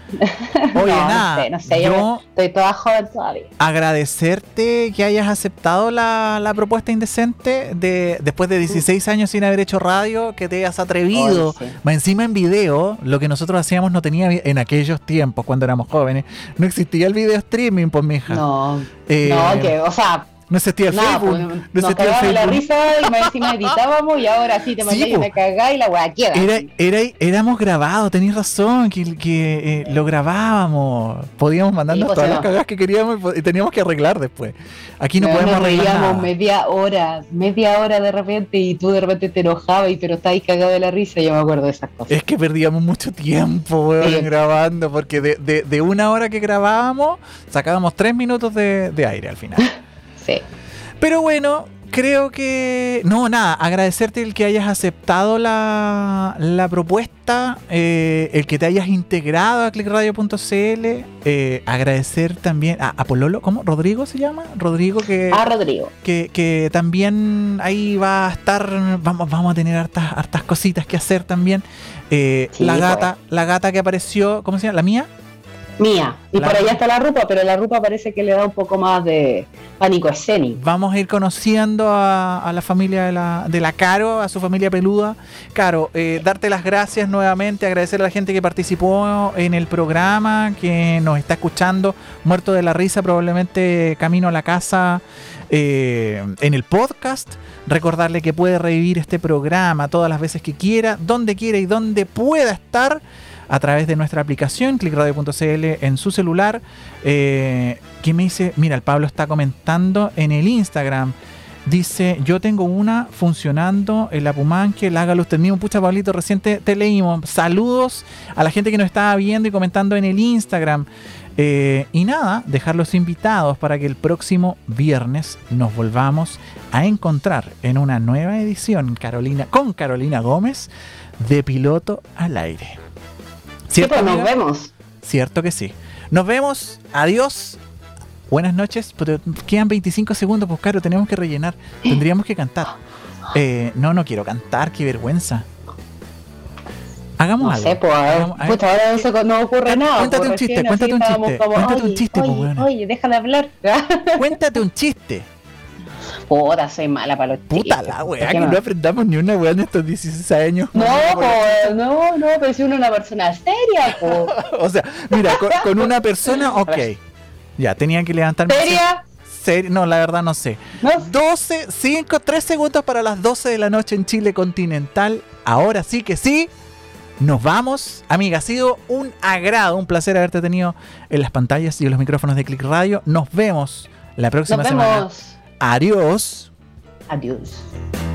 Oye,
no,
nada,
no sé, no sé,
yo,
yo estoy toda joven todavía.
agradecerte que hayas aceptado la, la propuesta indecente de después de dieciséis años sin haber hecho radio, que te hayas atrevido,
Ay, sí.
más encima en video. Lo que nosotros hacíamos no tenía vi- en aquellos tiempos cuando éramos jóvenes, no existía el video streaming, pues mija.
No,
Eh,
no, que, o sea,
no existía el
nada,
Facebook,
pues,
no
nos
existía el
cagábamos la
Facebook.
risa y más encima editábamos y ahora sí te
Sí,
mandáis
po.
una cagada y la weá queda.
Era, era, éramos grabados, tenéis razón, que, que eh, lo grabábamos. Podíamos mandarnos
Sí, pues,
todas
no.
las cagadas que queríamos y, po- y teníamos que arreglar después. Aquí no
Nos
podemos arreglar
reíamos
nada.
media hora, media hora de repente y tú de repente te enojabas y pero estabas cagado de la risa, yo me acuerdo de esas cosas.
Es que perdíamos mucho tiempo, weón,
Sí.
grabando, porque de, de, de una hora que grabábamos, sacábamos tres minutos de, de aire al final.
Sí.
Pero bueno, creo que... No, nada, agradecerte el que hayas aceptado la, la propuesta, eh, el que te hayas integrado a click radio punto c l, eh, agradecer también a, a Pololo, ¿cómo? ¿Rodrigo se llama? Rodrigo que...
Ah, Rodrigo.
Que, que también ahí va a estar, vamos, vamos a tener hartas, hartas cositas que hacer también. Eh,
Sí,
la
pues.
gata, la gata que apareció, ¿cómo se llama? ¿La mía?
Mía. Y
La-
por allá está la rupa, pero la rupa parece que le da un poco más de pánico escénico.
Vamos a ir conociendo a, a la familia de la, de la Caro, a su familia peluda. Caro, eh, darte las gracias nuevamente, agradecer a la gente que participó en el programa, que nos está escuchando, muerto de la risa, probablemente camino a la casa eh, en el podcast. Recordarle que puede revivir este programa todas las veces que quiera, donde quiera y donde pueda estar, a través de nuestra aplicación click radio punto c l en su celular. Eh, que me dice, mira, el Pablo está comentando en el Instagram. Dice, yo tengo una funcionando en la Pumanque, la hágalo usted mismo. Pucha, Pablito, recién te, te leímos. Saludos a la gente que nos estaba viendo y comentando en el Instagram. Eh, y nada, dejarlos invitados para que el próximo viernes nos volvamos a encontrar en una nueva edición Carolina con Carolina Gómez de Piloto al Aire.
¿Cierto? Sí, pues nos
amiga?
vemos.
Cierto que sí. Nos vemos. Adiós. Buenas noches. Pero quedan veinticinco segundos, pues Caro, tenemos que rellenar. Tendríamos que cantar. Eh, no, no quiero cantar, qué vergüenza. Hagamos
no
algo.
Sé, pues,
Hagamos,
pucha, ahora no, se, no ocurre nada.
Cuéntate un chiste, cuéntate un chiste.
Como,
cuéntate un
oye,
chiste,
oye,
pues, bueno.
Oye, deja de hablar.
Cuéntate un chiste.
Puta, soy mala para los chistes.
Puta la weá, que no aprendamos ni una weá en estos dieciséis años.
No, pues, no, no, pero si uno es una persona seria, pues.
O sea, mira, con, con una persona, ok. Ya, tenía que levantarme.
¿Seria?
Ser, no, la verdad no sé.
¿No?
doce, cinco, tres segundos para las doce de la noche en Chile continental. Ahora sí que sí. Nos vamos. Amiga, ha sido un agrado, un placer haberte tenido en las pantallas y en los micrófonos de Click Radio. Nos vemos la próxima
Nos
semana.
vemos.
Adiós.
Adiós.